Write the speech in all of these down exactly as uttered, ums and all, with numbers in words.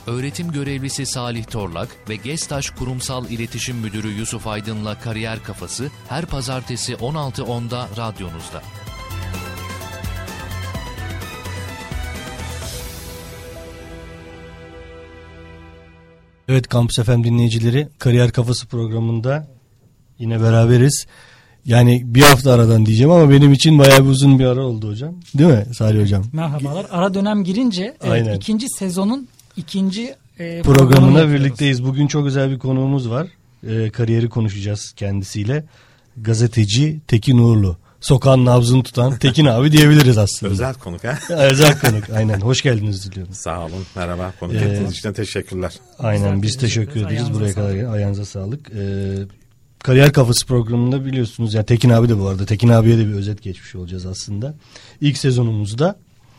Öğretim görevlisi Salih Torlak ve Gestaş Kurumsal İletişim Müdürü Yusuf Aydın'la Kariyer Kafası her pazartesi on altı onda radyonuzda. Evet, Kampüs F M dinleyicileri, Kariyer Kafası programında yine beraberiz. Yani bir hafta aradan diyeceğim ama benim için bayağı bir uzun bir ara oldu hocam. Değil mi Salih hocam? Merhabalar. Ara dönem girince evet, ikinci sezonun ikinci e, programına birlikteyiz. Bugün çok özel bir konuğumuz var. E, kariyeri konuşacağız kendisiyle. Gazeteci Tekin Uğurlu. Sokağın nabzını tutan Tekin abi diyebiliriz aslında. Özel konuk ha? Özel konuk, aynen. Hoş geldiniz diliyorum. Sağ olun, merhaba. Konuk ee, ettiğiniz için teşekkürler. Aynen, biz teşekkür ederiz. Buraya kadar sağlık. Ayağınıza sağlık. Ee, Kariyer Kafası programında biliyorsunuz, yani Tekin abi de bu arada. Tekin abiye de bir özet geçmiş olacağız aslında. İlk sezonumuzda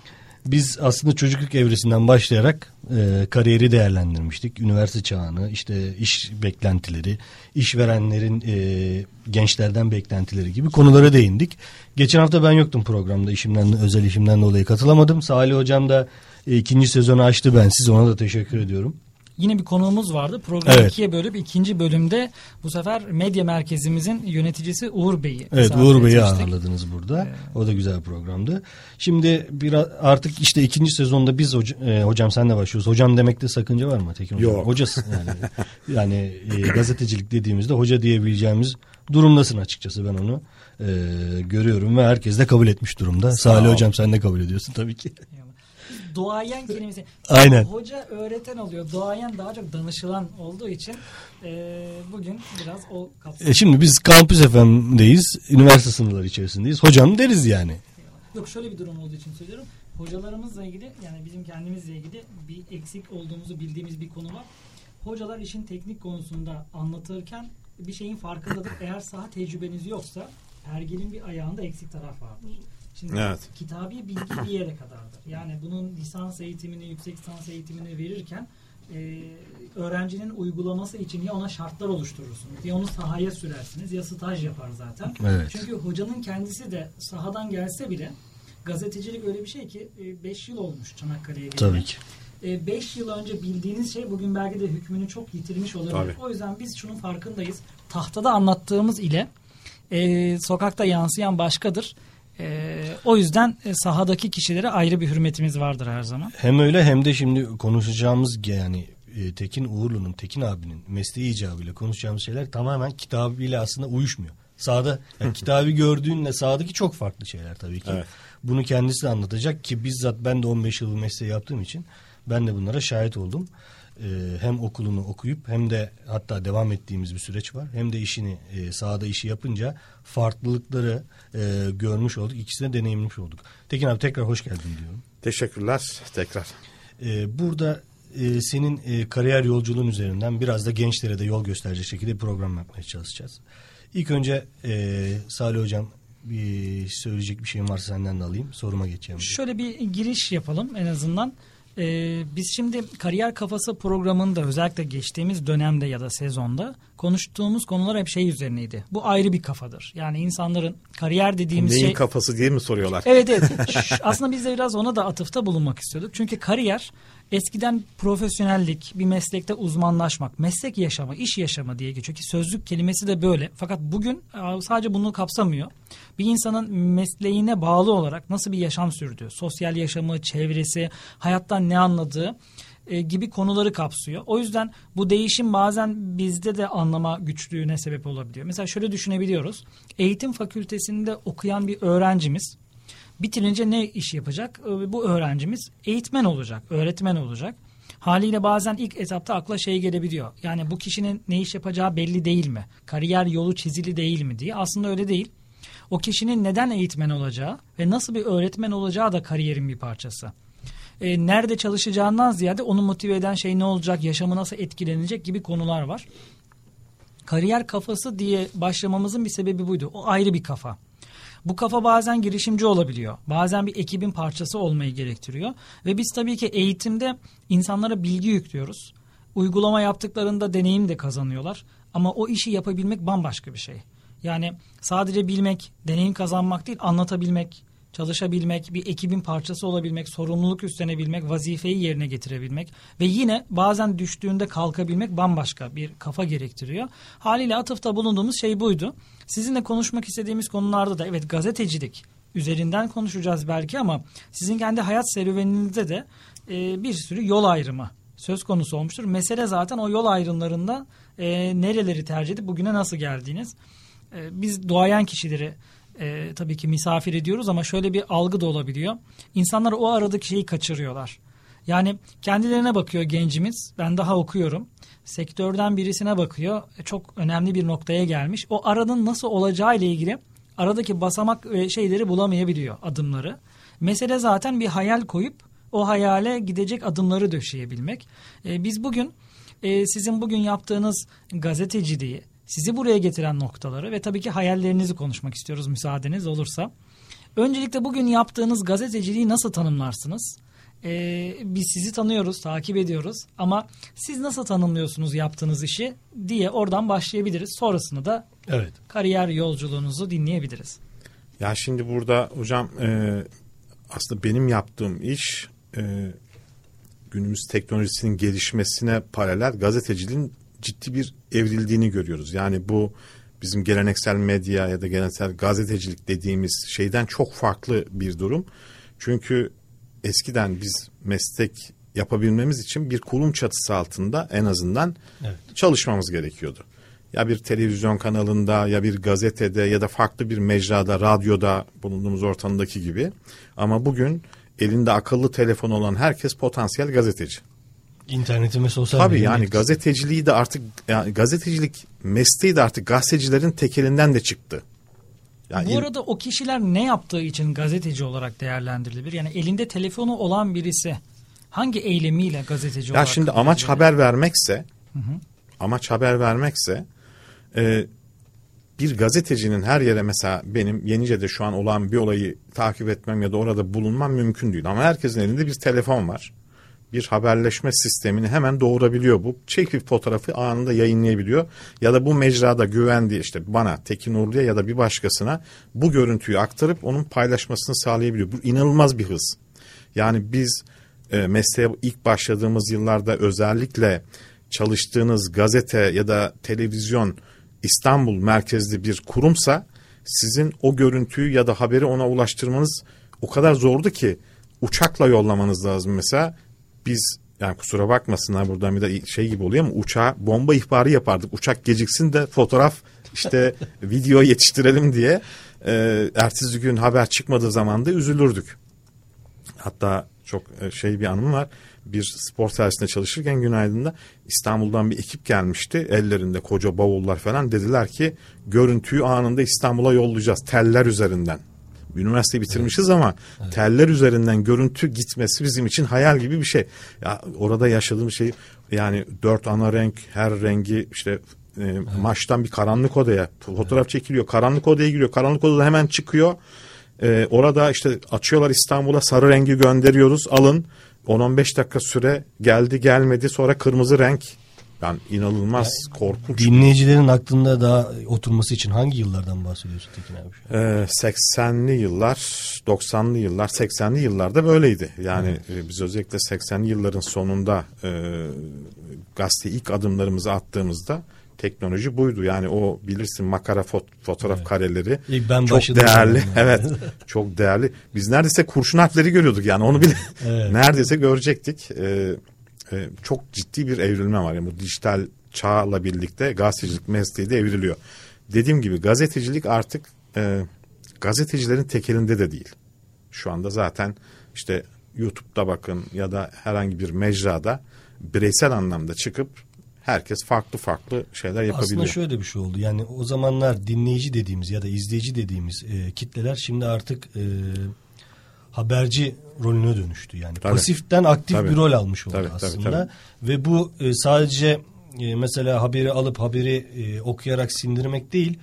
biz aslında çocukluk evresinden başlayarak e, kariyeri değerlendirmiştik. Üniversite çağını, işte iş beklentileri, işverenlerin e, gençlerden beklentileri gibi konulara değindik. Geçen hafta ben yoktum programda, işimden, özel işimden dolayı katılamadım. Salih hocam da e, ikinci sezonu açtı, ben siz ona da teşekkür ediyorum. Yine bir konuğumuz vardı. Programı evet. ikiye bölüp ikinci bölümde bu sefer medya merkezimizin yöneticisi Uğur Bey'i. Evet, Uğur Bey'i ağırladınız burada. Ee, o da güzel bir programdı. Şimdi biraz artık işte ikinci sezonda biz hoca, e, hocam senle başlıyoruz. Hocam demekte sakınca var mı Tekin hocam? Yok. Hocasın yani. Yani e, gazetecilik dediğimizde hoca diyebileceğimiz durumdasın açıkçası, ben onu e, görüyorum ve herkes de kabul etmiş durumda. Salih hocam sen de kabul ediyorsun tabii ki. Doğayen kelimesi. Aynen. Hoca öğreten oluyor. Doğayen daha çok danışılan olduğu için e, bugün biraz o kapsamda. E şimdi biz Kampüs F M'deyiz. Üniversite sınırları içerisindeyiz. Hocam deriz yani. Yok, şöyle bir durum olduğu için söylüyorum. Hocalarımızla ilgili, yani bizim kendimizle ilgili bir eksik olduğumuzu bildiğimiz bir konu var. Hocalar işin teknik konusunda anlatırken bir şeyin farkındadır. Eğer saha tecrübeniz yoksa pergelin bir ayağında eksik taraf vardır. Şimdi evet. Kitabi bilgi bir yere kadardır. Yani bunun lisans eğitimini, yüksek lisans eğitimini verirken e, öğrencinin uygulaması için ya ona şartlar oluşturursunuz, ya onu sahaya sürersiniz, ya staj yapar zaten. Evet. Çünkü hocanın kendisi de sahadan gelse bile, gazetecilik öyle bir şey ki beş yıl olmuş Çanakkale'ye geldi. Tabii ki. beş yıl önce bildiğiniz şey bugün belki de hükmünü çok yitirmiş olabilir. Tabii. O yüzden biz şunun farkındayız. Tahtada anlattığımız ile e, sokakta yansıyan başkadır. Ee, o yüzden e, sahadaki kişilere ayrı bir hürmetimiz vardır her zaman. Hem öyle hem de şimdi konuşacağımız, yani e, Tekin Uğurlu'nun, Tekin abinin mesleği icabıyla konuşacağımız şeyler tamamen kitabıyla aslında uyuşmuyor. Sahada yani kitabı gördüğünle sahadaki çok farklı şeyler tabii ki. Evet. Bunu kendisi de anlatacak ki bizzat ben de on beş yıl mesleği yaptığım için ben de bunlara şahit oldum. Ee, hem okulunu okuyup hem de hatta devam ettiğimiz bir süreç var. Hem de işini e, sahada işi yapınca farklılıkları e, görmüş olduk. İkisini deneyimlemiş olduk. Tekin abi tekrar hoş geldin diyorum. Teşekkürler tekrar. Ee, burada e, senin e, kariyer yolculuğun üzerinden biraz da gençlere de yol gösterecek şekilde bir program yapmaya çalışacağız. İlk önce e, Salih hocam, bir söyleyecek bir şeyim varsa senden de alayım. Soruma geçeceğim. Şöyle bir giriş yapalım en azından. Ee, biz şimdi Kariyer Kafası programında özellikle geçtiğimiz dönemde ya da sezonda konuştuğumuz konular hep şey üzerineydi. Bu ayrı bir kafadır. Yani insanların kariyer dediğimiz Neyin şey... Neyin kafası diye mi soruyorlar? Evet evet. Aslında biz de biraz ona da atıfta bulunmak istiyorduk. Çünkü kariyer eskiden profesyonellik, bir meslekte uzmanlaşmak, meslek yaşamı, iş yaşamı diye geçiyor ki sözlük kelimesi de böyle. Fakat bugün sadece bunu kapsamıyor. Bir insanın mesleğine bağlı olarak nasıl bir yaşam sürdüğü, sosyal yaşamı, çevresi, hayattan ne anladığı e, gibi konuları kapsıyor. O yüzden bu değişim bazen bizde de anlama güçlüğüne sebep olabiliyor. Mesela şöyle düşünebiliyoruz. Eğitim fakültesinde okuyan bir öğrencimiz bitirince ne iş yapacak? Bu öğrencimiz eğitmen olacak, öğretmen olacak. Haliyle bazen ilk etapta akla şey gelebiliyor. Yani bu kişinin ne iş yapacağı belli değil mi? Kariyer yolu çizili değil mi diye. Aslında öyle değil. O kişinin neden eğitmen olacağı ve nasıl bir öğretmen olacağı da kariyerin bir parçası. E, nerede çalışacağından ziyade onu motive eden şey ne olacak, yaşamı nasıl etkilenecek gibi konular var. Kariyer kafası diye başlamamızın bir sebebi buydu. O ayrı bir kafa. Bu kafa bazen girişimci olabiliyor. Bazen bir ekibin parçası olmayı gerektiriyor. Ve biz tabii ki eğitimde insanlara bilgi yüklüyoruz. Uygulama yaptıklarında deneyim de kazanıyorlar. Ama o işi yapabilmek bambaşka bir şey. Yani sadece bilmek, deneyim kazanmak değil, anlatabilmek, çalışabilmek, bir ekibin parçası olabilmek, sorumluluk üstlenebilmek, vazifeyi yerine getirebilmek ve yine bazen düştüğünde kalkabilmek bambaşka bir kafa gerektiriyor. Haliyle atıfta bulunduğumuz şey buydu. Sizinle konuşmak istediğimiz konularda da evet gazetecilik üzerinden konuşacağız belki ama sizin kendi hayat serüveninizde de e, bir sürü yol ayrımı söz konusu olmuştur. Mesele zaten o yol ayrımlarında e, nereleri tercih edip bugüne nasıl geldiğiniz. E, biz duayen kişileri e, tabii ki misafir ediyoruz ama şöyle bir algı da olabiliyor. İnsanlar o aradaki şeyi kaçırıyorlar. Yani kendilerine bakıyor gencimiz, ben daha okuyorum. Sektörden birisine bakıyor, çok önemli bir noktaya gelmiş. O aranın nasıl olacağı ile ilgili aradaki basamak ve şeyleri bulamayabiliyor, adımları. Mesele zaten bir hayal koyup o hayale gidecek adımları döşeyebilmek. Ee, biz bugün e, sizin bugün yaptığınız gazeteciliği, sizi buraya getiren noktaları ve tabii ki hayallerinizi konuşmak istiyoruz müsaadeniz olursa. Öncelikle bugün yaptığınız gazeteciliği nasıl tanımlarsınız? Ee, biz sizi tanıyoruz, takip ediyoruz ama siz nasıl tanımlıyorsunuz yaptığınız işi diye oradan başlayabiliriz. Sonrasını da evet. kariyer yolculuğunuzu dinleyebiliriz. Ya şimdi burada hocam e, aslında benim yaptığım iş e, günümüz teknolojisinin gelişmesine paralel gazeteciliğin ciddi bir evrildiğini görüyoruz. Yani bu bizim geleneksel medya ya da geleneksel gazetecilik dediğimiz şeyden çok farklı bir durum. Çünkü eskiden biz meslek yapabilmemiz için bir kurum çatısı altında en azından evet. çalışmamız gerekiyordu. Ya bir televizyon kanalında ya bir gazetede ya da farklı bir mecrada, radyoda bulunduğumuz ortamdaki gibi. Ama bugün elinde akıllı telefon olan herkes potansiyel gazeteci. İnternetin ve sosyal Tabii medyanın yani etkisi. gazeteciliği de artık yani gazetecilik mesleği de artık gazetecilerin tekelinden de çıktı. Yani Bu arada o kişiler ne yaptığı için gazeteci olarak değerlendirilebilir? Yani elinde telefonu olan birisi hangi eylemiyle gazeteci ya olarak? Ya şimdi amaç haber vermekse, hı hı. amaç haber vermekse e, bir gazetecinin her yere mesela benim Yenice'de şu an olan bir olayı takip etmem ya da orada bulunmam mümkün değil. Ama herkesin elinde bir telefon var. Bir haberleşme sistemini hemen doğurabiliyor bu. Çekip fotoğrafı anında yayınlayabiliyor. Ya da bu mecrada güvendiği işte bana, Tekin Uğurlu'ya ya da bir başkasına bu görüntüyü aktarıp onun paylaşmasını sağlayabiliyor. Bu inanılmaz bir hız. Yani biz e, mesleğe ilk başladığımız yıllarda özellikle çalıştığınız gazete ya da televizyon İstanbul merkezli bir kurumsa sizin o görüntüyü ya da haberi ona ulaştırmanız o kadar zordu ki uçakla yollamanız lazım mesela. Biz yani kusura bakmasınlar buradan bir de şey gibi oluyor ama uçağa bomba ihbarı yapardık. Uçak geciksin de fotoğraf işte video yetiştirelim diye. Ee, ertesi gün haber çıkmadığı zaman da üzülürdük. Hatta çok şey bir anım var. Bir spor servisinde çalışırken Günaydın'da İstanbul'dan bir ekip gelmişti. Ellerinde koca bavullar falan, dediler ki görüntüyü anında İstanbul'a yollayacağız teller üzerinden. Üniversite bitirmişiz evet. ama evet. teller üzerinden görüntü gitmesi bizim için hayal gibi bir şey. Ya orada yaşadığım şey yani dört ana renk, her rengi işte e, evet. maçtan bir karanlık odaya fotoğraf evet. çekiliyor. Karanlık odaya giriyor. Karanlık odada hemen çıkıyor. E, orada işte açıyorlar İstanbul'a, sarı rengi gönderiyoruz. Alın. on on beş dakika süre geldi gelmedi, sonra kırmızı renk. Yani inanılmaz yani, korkunç. Dinleyicilerin aklında daha oturması için hangi yıllardan bahsediyorsun Tekin abi? Ee, seksenli yıllar, doksanlı yıllar, seksenli yıllarda böyleydi. Yani e, biz özellikle seksenli yılların sonunda e, gazete ilk adımlarımızı attığımızda teknoloji buydu. Yani o bilirsin makara fot- fotoğraf evet. kareleri ben çok değerli. Evet, çok değerli. Biz neredeyse kurşun harfleri görüyorduk yani onu bile evet. neredeyse görecektik. Ee, e, çok ciddi bir evrilme var. Yani bu dijital çağla birlikte gazetecilik mesleği de evriliyor. Dediğim gibi gazetecilik artık e, gazetecilerin tek elinde de değil. Şu anda zaten işte YouTube'da bakın ya da herhangi bir mecrada bireysel anlamda çıkıp herkes farklı farklı şeyler yapabiliyor. Aslında şöyle bir şey oldu. Yani o zamanlar dinleyici dediğimiz ya da izleyici dediğimiz e, kitleler şimdi artık e, haberci rolüne dönüştü. Yani tabii. pasiften aktif tabii. bir rol almış oldu tabii, aslında. Tabii, tabii. Ve bu e, sadece e, mesela haberi alıp haberi e, okuyarak sindirmek değil,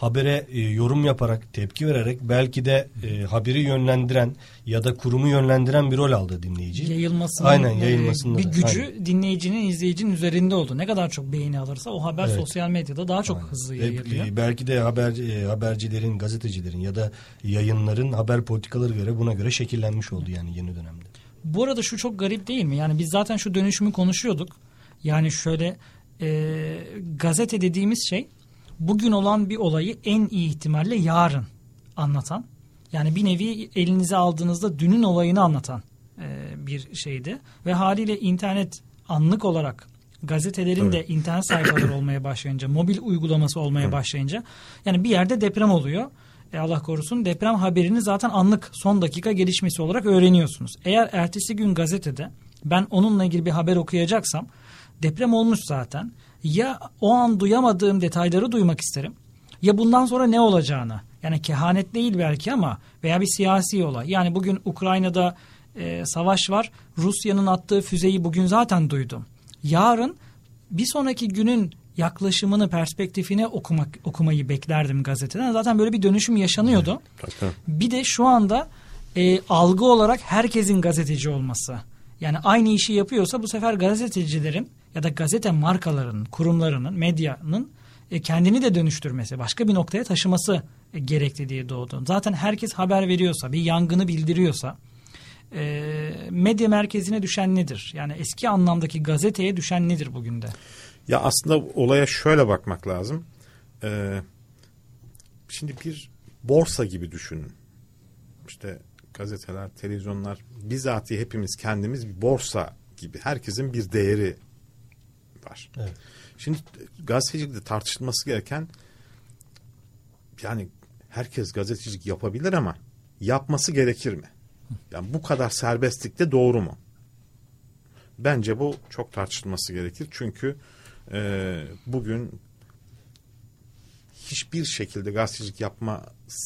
habere e, yorum yaparak, tepki vererek belki de e, haberi yönlendiren ya da kurumu yönlendiren bir rol aldı dinleyici. Yayılmasının, Aynen, yayılmasında bir da. gücü Aynen. dinleyicinin, izleyicinin üzerinde oldu. Ne kadar çok beğeni alırsa o haber Evet. sosyal medyada daha çok Aynen. hızlı Ve, yayılıyor. e, belki de haber e, habercilerin, gazetecilerin ya da yayınların haber politikaları göre buna göre şekillenmiş oldu yani yeni dönemde. Bu arada şu çok garip değil mi? Yani biz zaten şu dönüşümü konuşuyorduk. Yani şöyle e, gazete dediğimiz şey bugün olan bir olayı en iyi ihtimalle yarın anlatan. Yani bir nevi elinize aldığınızda dünün olayını anlatan e, bir şeydi. Ve haliyle internet anlık olarak gazetelerin evet. de internet sayfaları olmaya başlayınca, mobil uygulaması olmaya Hı. başlayınca yani bir yerde deprem oluyor. E Allah korusun deprem haberini zaten anlık son dakika gelişmesi olarak öğreniyorsunuz. Eğer ertesi gün gazetede ben onunla ilgili bir haber okuyacaksam deprem olmuş zaten. Ya o an duyamadığım detayları duymak isterim ya bundan sonra ne olacağını, yani kehanet değil belki ama veya bir siyasi olay. Yani bugün Ukrayna'da e, savaş var, Rusya'nın attığı füzeyi bugün zaten duydum. Yarın bir sonraki günün yaklaşımını, perspektifini okumak okumayı beklerdim gazeteden. Zaten böyle bir dönüşüm yaşanıyordu. Evet. Bir de şu anda e, algı olarak herkesin gazeteci olması. Yani aynı işi yapıyorsa bu sefer gazetecilerin ya da gazete markalarının, kurumlarının, medyanın e, kendini de dönüştürmesi, başka bir noktaya taşıması e, gerekli diye doğdu. Zaten herkes haber veriyorsa, bir yangını bildiriyorsa e, medya merkezine düşen nedir? Yani eski anlamdaki gazeteye düşen nedir bugün de? Ya aslında olaya şöyle bakmak lazım. Ee, şimdi bir borsa gibi düşünün. İşte gazeteler, televizyonlar, bizatihi hepimiz kendimiz bir borsa gibi. Herkesin bir değeri var. Evet. Şimdi gazetecilikte tartışılması gereken, yani herkes gazetecilik yapabilir ama yapması gerekir mi? Yani bu kadar serbestlikte doğru mu? Bence bu çok tartışılması gerekir. Çünkü e, bugün hiçbir şekilde gazetecilik yapma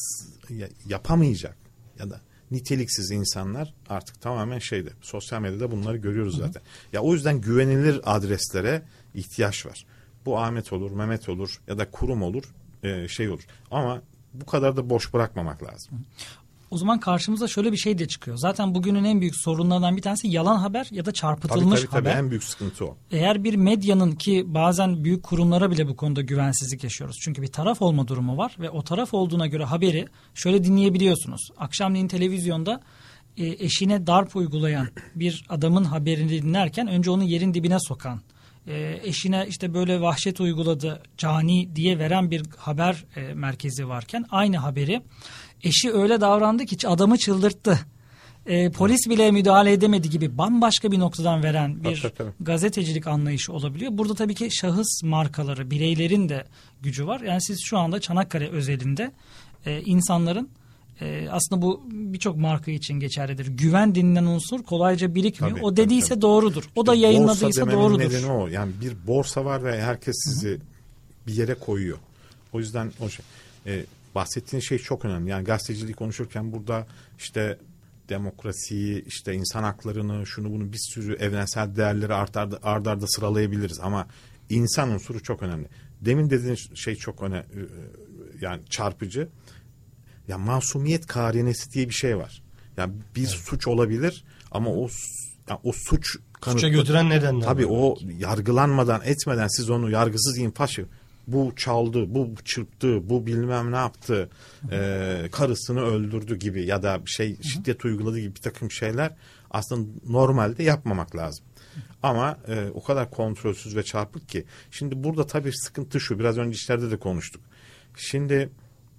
yapamayacak ya da niteliksiz insanlar artık tamamen şeyde, sosyal medyada bunları görüyoruz zaten. Hı hı. Ya o yüzden güvenilir adreslere ihtiyaç var. Bu Ahmet olur, Mehmet olur ya da kurum olur, e, şey olur. Ama bu kadar da boş bırakmamak lazım. Hı. O zaman karşımıza şöyle bir şey de çıkıyor. Zaten bugünün en büyük sorunlarından bir tanesi yalan haber ya da çarpıtılmış tabii, tabii, tabii, haber. en büyük sıkıntı o. Eğer bir medyanın, ki bazen büyük kurumlara bile bu konuda güvensizlik yaşıyoruz. Çünkü bir taraf olma durumu var ve o taraf olduğuna göre haberi şöyle dinleyebiliyorsunuz. Akşamleyin televizyonda e, eşine darp uygulayan bir adamın haberini dinlerken önce onu yerin dibine sokan, e, eşine işte böyle vahşet uyguladı, cani diye veren bir haber e, merkezi varken aynı haberi eşi öyle davrandı ki adamı çıldırttı, E, polis bile müdahale edemedi gibi bambaşka bir noktadan veren bir tabii, tabii. gazetecilik anlayışı olabiliyor. Burada tabii ki şahıs markaları, bireylerin de gücü var. Yani siz şu anda Çanakkale özelinde e, insanların e, aslında bu birçok marka için geçerlidir. Güven denilen unsur kolayca birikmiyor. Tabii, o dediyse tabii. doğrudur. O İşte da yayınladıysa borsa doğrudur. Nedeni o. Yani bir borsa var ve herkes sizi Hı-hı. bir yere koyuyor. O yüzden o şey. E, bahsettiğin şey çok önemli. Yani gazeteciliği konuşurken burada işte demokrasiyi, işte insan haklarını, şunu bunu bir sürü evrensel değerleri art arda, art arda sıralayabiliriz ama insan unsuru çok önemli. Demin dediğin şey çok önemli, yani çarpıcı. Ya masumiyet karinesi diye bir şey var. Yani bir evet. suç olabilir ama o yani o suç kanıtlı. Suça götüren nedenler. Tabii o yargılanmadan, etmeden siz onu yargısız infaz, bu çaldı, bu çırptı, bu bilmem ne yaptı, e, karısını öldürdü gibi ya da şey şiddet uyguladı gibi bir takım şeyler aslında normalde yapmamak lazım. Ama e, o kadar kontrolsüz ve çarpık ki. Şimdi burada tabii sıkıntı şu, biraz önce işlerde de konuştuk. Şimdi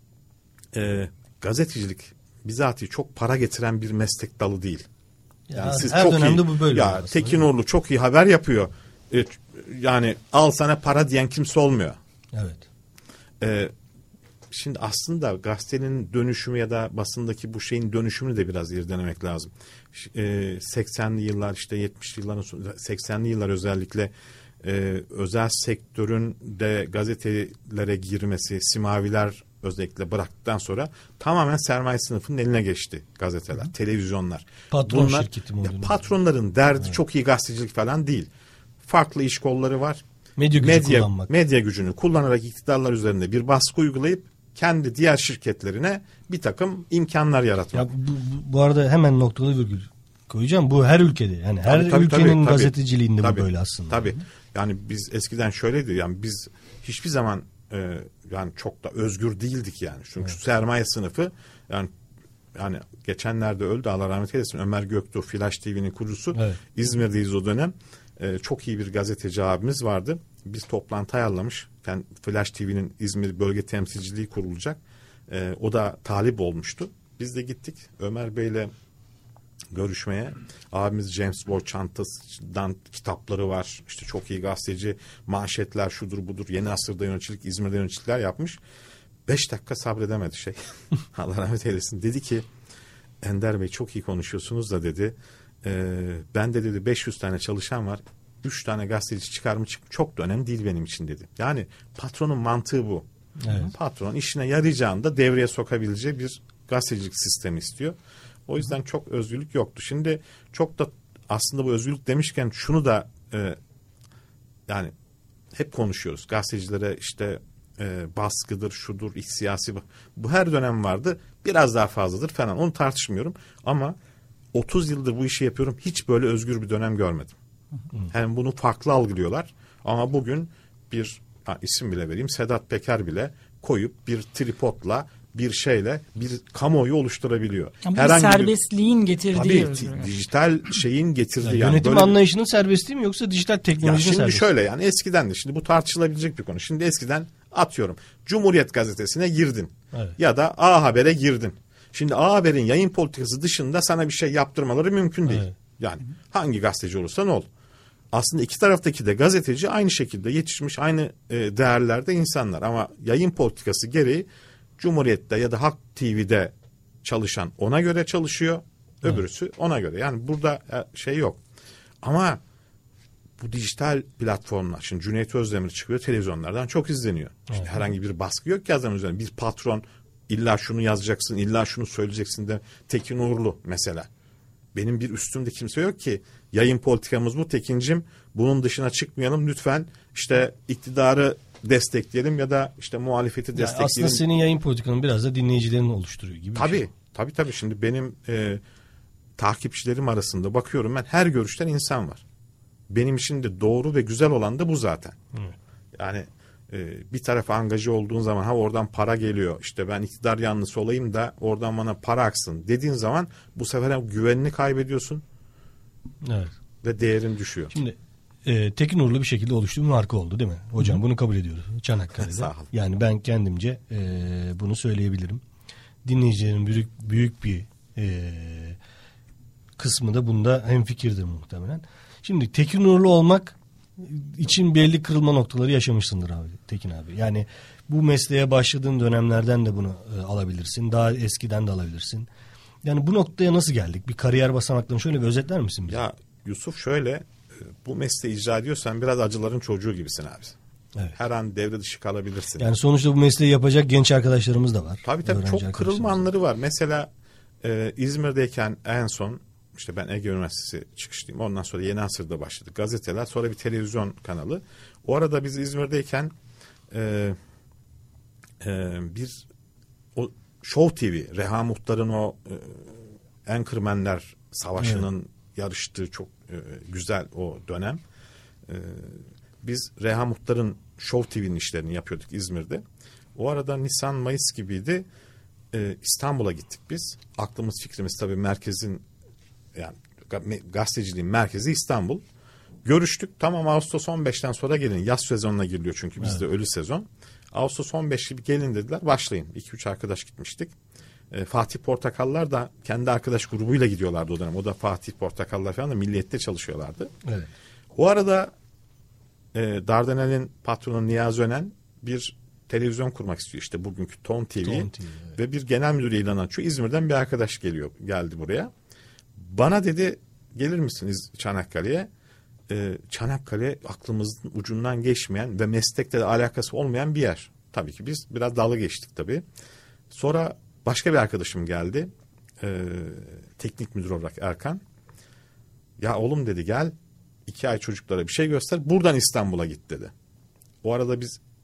e, gazetecilik bizatihi çok para getiren bir meslek dalı değil. Yani ya, siz her çok dönemde iyi, bu böyle. Ya Tekinoğlu çok iyi haber yapıyor. E, yani al sana para diyen kimse olmuyor. Evet. Ee, şimdi aslında gazetenin dönüşümü ya da basındaki bu şeyin dönüşümünü de biraz irdelemek lazım. Ee, seksenli yıllar, işte yetmişli yılların seksenli yıllar özellikle e, özel sektörün de gazetelere girmesi, simaviler özellikle bıraktıktan sonra tamamen sermaye sınıfının eline geçti gazeteler, Hı. televizyonlar. Patron Bunlar, şirketi mi oluyor? Patronların derdi evet. çok iyi gazetecilik falan değil. Farklı iş kolları var. Medya gücü medya, kullanmak. Medya gücünü kullanarak iktidarlar üzerinde bir baskı uygulayıp kendi diğer şirketlerine bir takım imkanlar yaratmak. Ya bu, bu, bu arada hemen noktalı virgül koyacağım. Bu her ülkede yani her tabii, tabii, ülkenin tabii, gazeteciliğinde tabii, bu böyle aslında. Tabii. Yani biz eskiden şöyleydi. Yani biz hiçbir zaman e, yani çok da özgür değildik yani. Çünkü evet. sermaye sınıfı yani yani geçenlerde öldü Allah rahmet eylesin Ömer Göktuğ, Flash T V'nin kurucusu. Evet. İzmir'deyiz o dönem. E, çok iyi bir gazeteci abimiz vardı. Biz toplantı ayarlamış. Yani Flash T V'nin İzmir bölge temsilciliği kurulacak. E, o da talip olmuştu. Biz de gittik Ömer Bey'le görüşmeye. Abimiz James Bond çantasından kitapları var. İşte çok iyi gazeteci, manşetler şudur budur. Yeni asırda yöneticilik, İzmir'de yöneticilikler yapmış. Beş dakika sabredemedi şey. Allah rahmet eylesin. Dedi ki Ender Bey çok iyi konuşuyorsunuz da dedi. E, ben de dedi beş yüz tane çalışan var. üç tane gazeteci çıkar mı çık çok da önemli değil benim için dedi. Yani patronun mantığı bu. Evet. Patron işine yarayacağını da devreye sokabileceği bir gazetecilik sistemi istiyor. O yüzden çok özgürlük yoktu. Şimdi çok da aslında bu özgürlük demişken şunu da e, yani hep konuşuyoruz. Gazetecilere işte e, baskıdır, şudur, siyasi bu her dönem vardı. Biraz daha fazladır falan. Onu tartışmıyorum. Ama otuz yıldır bu işi yapıyorum. Hiç böyle özgür bir dönem görmedim. Hem bunu farklı algılıyorlar. Ama bugün bir ha, isim bile vereyim. Sedat Peker bile koyup bir tripodla bir şeyle bir kamuoyu oluşturabiliyor. Yani herhangi serbestliğin bir, getirdiği tabii, dijital şeyin getirdiği. Yani yani yönetim böyle, anlayışının serbestliği mi yoksa dijital teknolojinin serbestliği? Şimdi serbestliği? şöyle yani eskiden de şimdi bu tartışılabilecek bir konu. Şimdi eskiden atıyorum Cumhuriyet Gazetesi'ne girdin. Evet. Ya da A Haber'e girdin. Şimdi A Haber'in yayın politikası dışında sana bir şey yaptırmaları mümkün değil. Evet. Yani hangi gazeteci olursa ne ol. Aslında iki taraftaki de gazeteci aynı şekilde yetişmiş aynı e, değerlerde insanlar. Ama yayın politikası gereği Cumhuriyet'te ya da Halk T V'de çalışan ona göre çalışıyor. Öbürüsü evet. ona göre. Yani burada şey yok. Ama bu dijital platformlar, şimdi Cüneyt Özdemir çıkıyor televizyonlardan çok izleniyor. Evet. Şimdi herhangi bir baskı yok ki adamın üzerine. Bir patron illa şunu yazacaksın, illa şunu söyleyeceksin de Tekin Uğurlu mesela. Benim bir üstümde kimse yok ki yayın politikamız bu Tekincim. Bunun dışına çıkmayalım lütfen. İşte iktidarı destekleyelim ya da işte muhalefeti yani destekleyelim. Aslında senin yayın politikanın biraz da dinleyicilerini oluşturuyor gibi tabii, bir şey. Tabii tabii. Şimdi benim e, takipçilerim arasında bakıyorum ben her görüşten insan var. Benim için de doğru ve güzel olan da bu zaten. Hı. Yani e, bir tarafa angaje olduğun zaman ha oradan para geliyor. İşte ben iktidar yanlısı olayım da oradan bana para aksın dediğin zaman bu sefer güvenini kaybediyorsun. Evet. Ve değerin düşüyor. Şimdi e, Tekin Uğurlu bir şekilde oluştuğu bir marka oldu değil mi? Hocam Hı. bunu kabul ediyoruz. Çanakkale'de. Sağ ol. Yani ben kendimce e, bunu söyleyebilirim. Dinleyicilerin büyük, büyük bir e, kısmı da bunda hemfikirdir muhtemelen. Şimdi Tekin Uğurlu olmak için belli kırılma noktaları yaşamışsındır abi Tekin abi. Yani bu mesleğe başladığın dönemlerden de bunu e, alabilirsin. Daha eskiden de alabilirsin. Yani bu noktaya nasıl geldik? Bir kariyer basamaklarını şöyle bir özetler misin bize? Ya Yusuf şöyle, bu mesleği icra ediyorsan biraz acıların çocuğu gibisin abi. Evet. Her an devre dışı kalabilirsin. Yani sonuçta bu mesleği yapacak genç arkadaşlarımız da var. Tabii tabii çok kırılma anları var. Mesela e, İzmir'deyken en son işte ben Ege Üniversitesi çıkışlıyım. Ondan sonra Yeni Asır'da başladık. Gazeteler, sonra bir televizyon kanalı. O arada biz İzmir'deyken e, e, bir o Show T V, Reha Muhtar'ın o e, Anchorman'ler Savaşı'nın evet. yarıştığı çok e, güzel o dönem. E, biz Reha Muhtar'ın Show T V'nin işlerini yapıyorduk İzmir'de. O arada Nisan, Mayıs gibiydi. E, İstanbul'a gittik biz. Aklımız fikrimiz tabii merkezin yani gazeteciliğin merkezi İstanbul. Görüştük. Tamam Ağustos on beşten sonra gelin. Yaz sezonuna giriliyor çünkü bizde evet. ölü sezon. Ağustos on beş gibi gelin dediler. Başlayın. iki üç arkadaş gitmiştik. E, Fatih Portakallar da kendi arkadaş grubuyla gidiyorlardı o dönem. O da Fatih Portakallar falan da Milliyet'te çalışıyorlardı. Evet. O arada e, Dardanel'in patronu Niyazi Önen bir televizyon kurmak istiyor. İşte bugünkü Ton T V. Ton T V evet. Ve bir genel müdür ilan açıyor. İzmir'den bir arkadaş geliyor. Geldi buraya. Bana dedi gelir misiniz Çanakkale'ye? Ee, Çanakkale aklımızın ucundan geçmeyen ve meslekte de alakası olmayan bir yer. Tabii ki biz biraz dalga geçtik tabii. Sonra başka bir arkadaşım geldi. Ee, teknik müdür olarak Erkan. Ya oğlum dedi gel iki ay çocuklara bir şey göster. Buradan İstanbul'a git dedi. O arada biz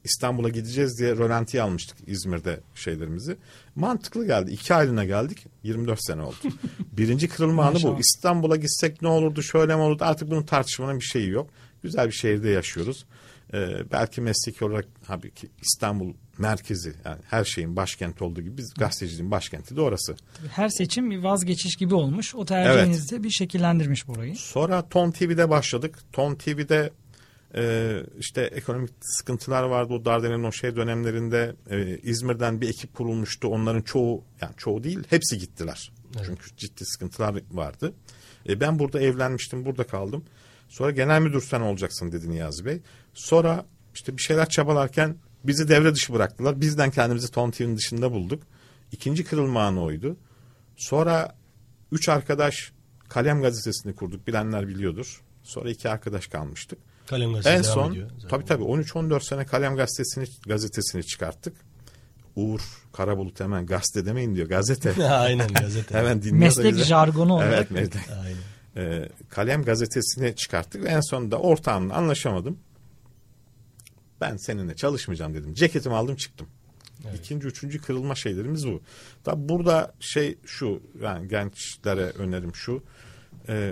İstanbul'a gideceğiz diye rölantiye almıştık İzmir'de şeylerimizi. Mantıklı geldi. İki aylığına geldik. yirmi dört sene oldu. Birinci kırılma anı bu. İstanbul'a gitsek ne olurdu, şöyle mi olurdu? Artık bunun tartışmanın bir şeyi yok. Güzel bir şehirde yaşıyoruz. Ee, belki mesleki olarak tabii ki İstanbul merkezi, yani her şeyin başkenti olduğu gibi biz gazeteciliğin başkenti de orası. Her seçim bir vazgeçiş gibi olmuş. O tercihinizde evet. bir şekillendirmiş burayı. Sonra Ton T V'de başladık. Ton T V'de e, işte ekonomik sıkıntılar vardı. O Dardanel'in o şey dönemlerinde e, İzmir'den bir ekip kurulmuştu. Onların çoğu, yani çoğu değil, hepsi gittiler. Evet. Çünkü ciddi sıkıntılar vardı. E, ben burada evlenmiştim, burada kaldım. Sonra genel müdür sen olacaksın dedi Niyazi Bey. Sonra işte bir şeyler çabalarken bizi devre dışı bıraktılar. Bizden kendimizi Ton T V'nin dışında bulduk. İkinci kırılma anı oydu. Sonra üç arkadaş Kalem gazetesini kurduk. Bilenler biliyordur. Sonra iki arkadaş kalmıştık. Kalem gazetesi en son zaten. tabii tabii on üç on dört sene Kalem gazetesini gazetesini çıkarttık. Uğur Karabulut hemen gazete demeyin diyor. Gazete. Aynen gazete. Hemen dinliyor. Meslek jargonu olarak. Evet meslek. Aynen. Ee, Kalem gazetesini çıkarttık ve en sonunda ortağımla anlaşamadım. Ben seninle çalışmayacağım dedim. Ceketimi aldım çıktım. Evet. İkinci, üçüncü kırılma şeylerimiz bu. Tabi burada şey şu, yani gençlere önerim şu. E,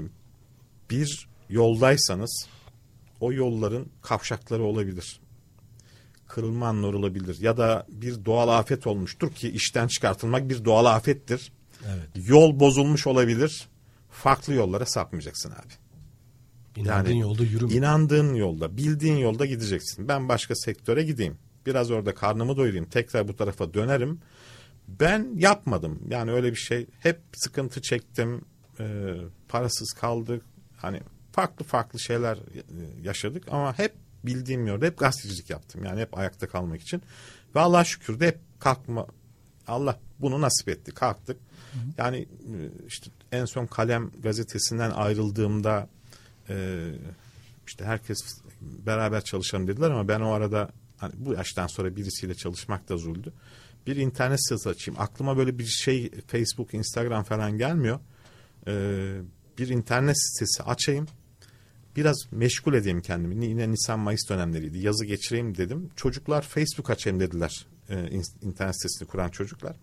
bir yoldaysanız o yolların kavşakları olabilir. Kırılma anları olabilir. Ya da bir doğal afet olmuştur ki işten çıkartılmak bir doğal afettir. Evet. Yol bozulmuş olabilir. Farklı yollara sapmayacaksın abi. İnandığın yani, yolda yürüme. İnandığın yolda, bildiğin yolda gideceksin. Ben başka sektöre gideyim. Biraz orada karnımı doyurayım. Tekrar bu tarafa dönerim. Ben yapmadım. Yani öyle bir şey. Hep sıkıntı çektim. E, parasız kaldık. Hani farklı farklı şeyler yaşadık. Ama hep bildiğim yolda hep gazetecilik yaptım. Yani hep ayakta kalmak için. Ve Allah'a şükür de hep kalkma. Allah bunu nasip etti. Kalktık. Hı hı. Yani işte en son Kalem gazetesinden ayrıldığımda Ee, işte herkes beraber çalışalım dediler ama ben o arada hani bu yaştan sonra birisiyle çalışmak da zuldü. Bir internet sitesi açayım. Aklıma böyle bir şey Facebook, Instagram falan gelmiyor. Ee, bir internet sitesi açayım. Biraz meşgul edeyim kendimi. Yine Nisan Mayıs dönemleriydi. Yazı geçireyim dedim. Çocuklar Facebook açayım dediler. Ee, internet sitesini kuran çocuklar.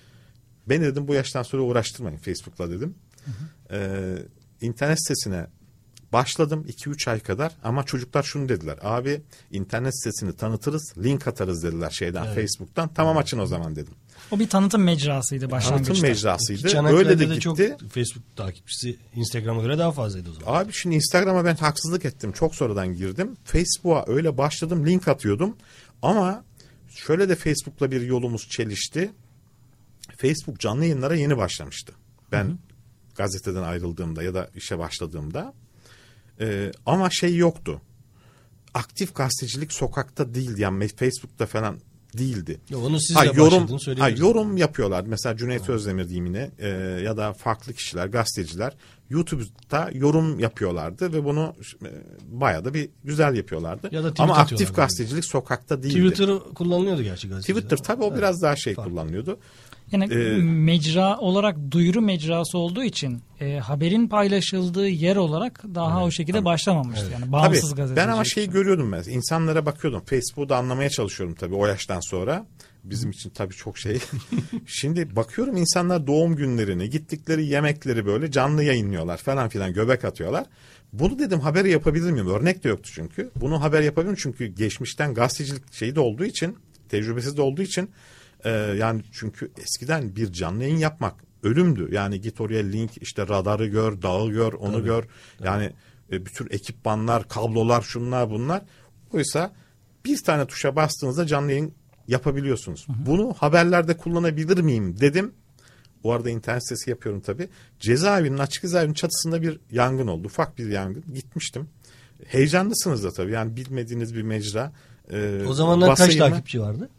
Ben dedim bu yaştan sonra uğraştırmayın Facebook'la dedim. Hı hı. Ee, internet sitesine başladım iki üç ay kadar ama çocuklar şunu dediler. Abi internet sitesini tanıtırız, link atarız dediler şeyden, evet. Facebook'tan. Tamam açın o zaman dedim. O bir tanıtım mecrasıydı başlangıçta. Tanıtım mecrasıydı. Çanakkale'de öyle de de gitti. Çok Facebook takipçisi Instagram'a göre daha fazlaydı o zaman. Abi şimdi Instagram'a ben haksızlık ettim. Çok sonradan girdim. Facebook'a öyle başladım, link atıyordum. Ama şöyle de Facebook'la bir yolumuz çelişti. Facebook canlı yayınlara yeni başlamıştı. Ben hı hı. gazeteden ayrıldığımda ya da işe başladığımda. Ee, ama şey yoktu. Aktif gazetecilik sokakta değildi. Yani Facebook'ta falan değildi. Ya onu siz ha, de yorum, başladığını söyleyebiliriz. Ha, yorum yapıyorlar. Mesela Cüneyt ha. Özdemir diyeyim yine e, ya da farklı kişiler, gazeteciler YouTube'da yorum yapıyorlardı ve bunu e, bayağı da bir güzel yapıyorlardı. Ya da ama aktif gazetecilik yani. Sokakta değildi. Twitter kullanılıyordu gerçi gazeteciler. Twitter tabii o evet. biraz daha şey Farklı. kullanılıyordu. Yani ee, mecra olarak duyuru mecrası olduğu için e, haberin paylaşıldığı yer olarak daha evet, o şekilde tabii. başlamamıştı. Evet. Yani bağımsız tabii, gazetecilik. Ben ama şeyi için. görüyordum ben. İnsanlara bakıyordum. Facebook'u da anlamaya çalışıyorum tabii o yaştan sonra. Bizim için tabii çok şey. Şimdi bakıyorum insanlar doğum günlerini, gittikleri yemekleri böyle canlı yayınlıyorlar falan filan, göbek atıyorlar. Bunu dedim haber yapabilir miyim? Örnek de yoktu çünkü. Bunu haber yapabilirim çünkü geçmişten gazetecilik şeyi de olduğu için, tecrübesiz de olduğu için e, yani çünkü eskiden bir canlı yayın yapmak ölümdü. Yani git oraya link, işte radarı gör, dağı gör, onu tabii, gör. Tabii. Yani e, bütün ekipmanlar, kablolar, şunlar bunlar. Oysa bir tane tuşa bastığınızda canlı yayın yapabiliyorsunuz. Hı hı. Bunu haberlerde kullanabilir miyim dedim. O arada internet sitesi yapıyorum tabii. Cezaevinin, açık cezaevinin çatısında bir yangın oldu. Ufak bir yangın. Gitmiştim. Heyecanlısınız da tabii. Yani bilmediğiniz bir mecra. Ee, o zamanlar kaç takipçi vardı?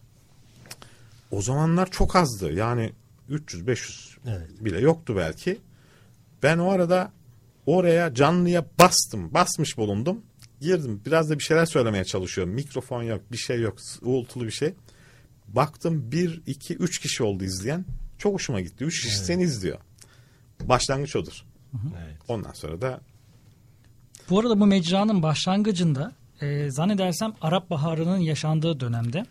O zamanlar çok azdı. Yani üç yüz beş yüz evet. bile yoktu belki. Ben o arada oraya canlıya bastım. Basmış bulundum. Girdim. Biraz da bir şeyler söylemeye çalışıyorum. Mikrofon yok, bir şey yok. Uğultulu bir şey. Baktım bir, iki, üç kişi oldu izleyen. Çok hoşuma gitti. Üç kişi evet. seni izliyor. Başlangıç odur. Hı hı. Evet. Ondan sonra da... Bu arada bu mecranın başlangıcında e, zannedersem Arap Baharı'nın yaşandığı dönemde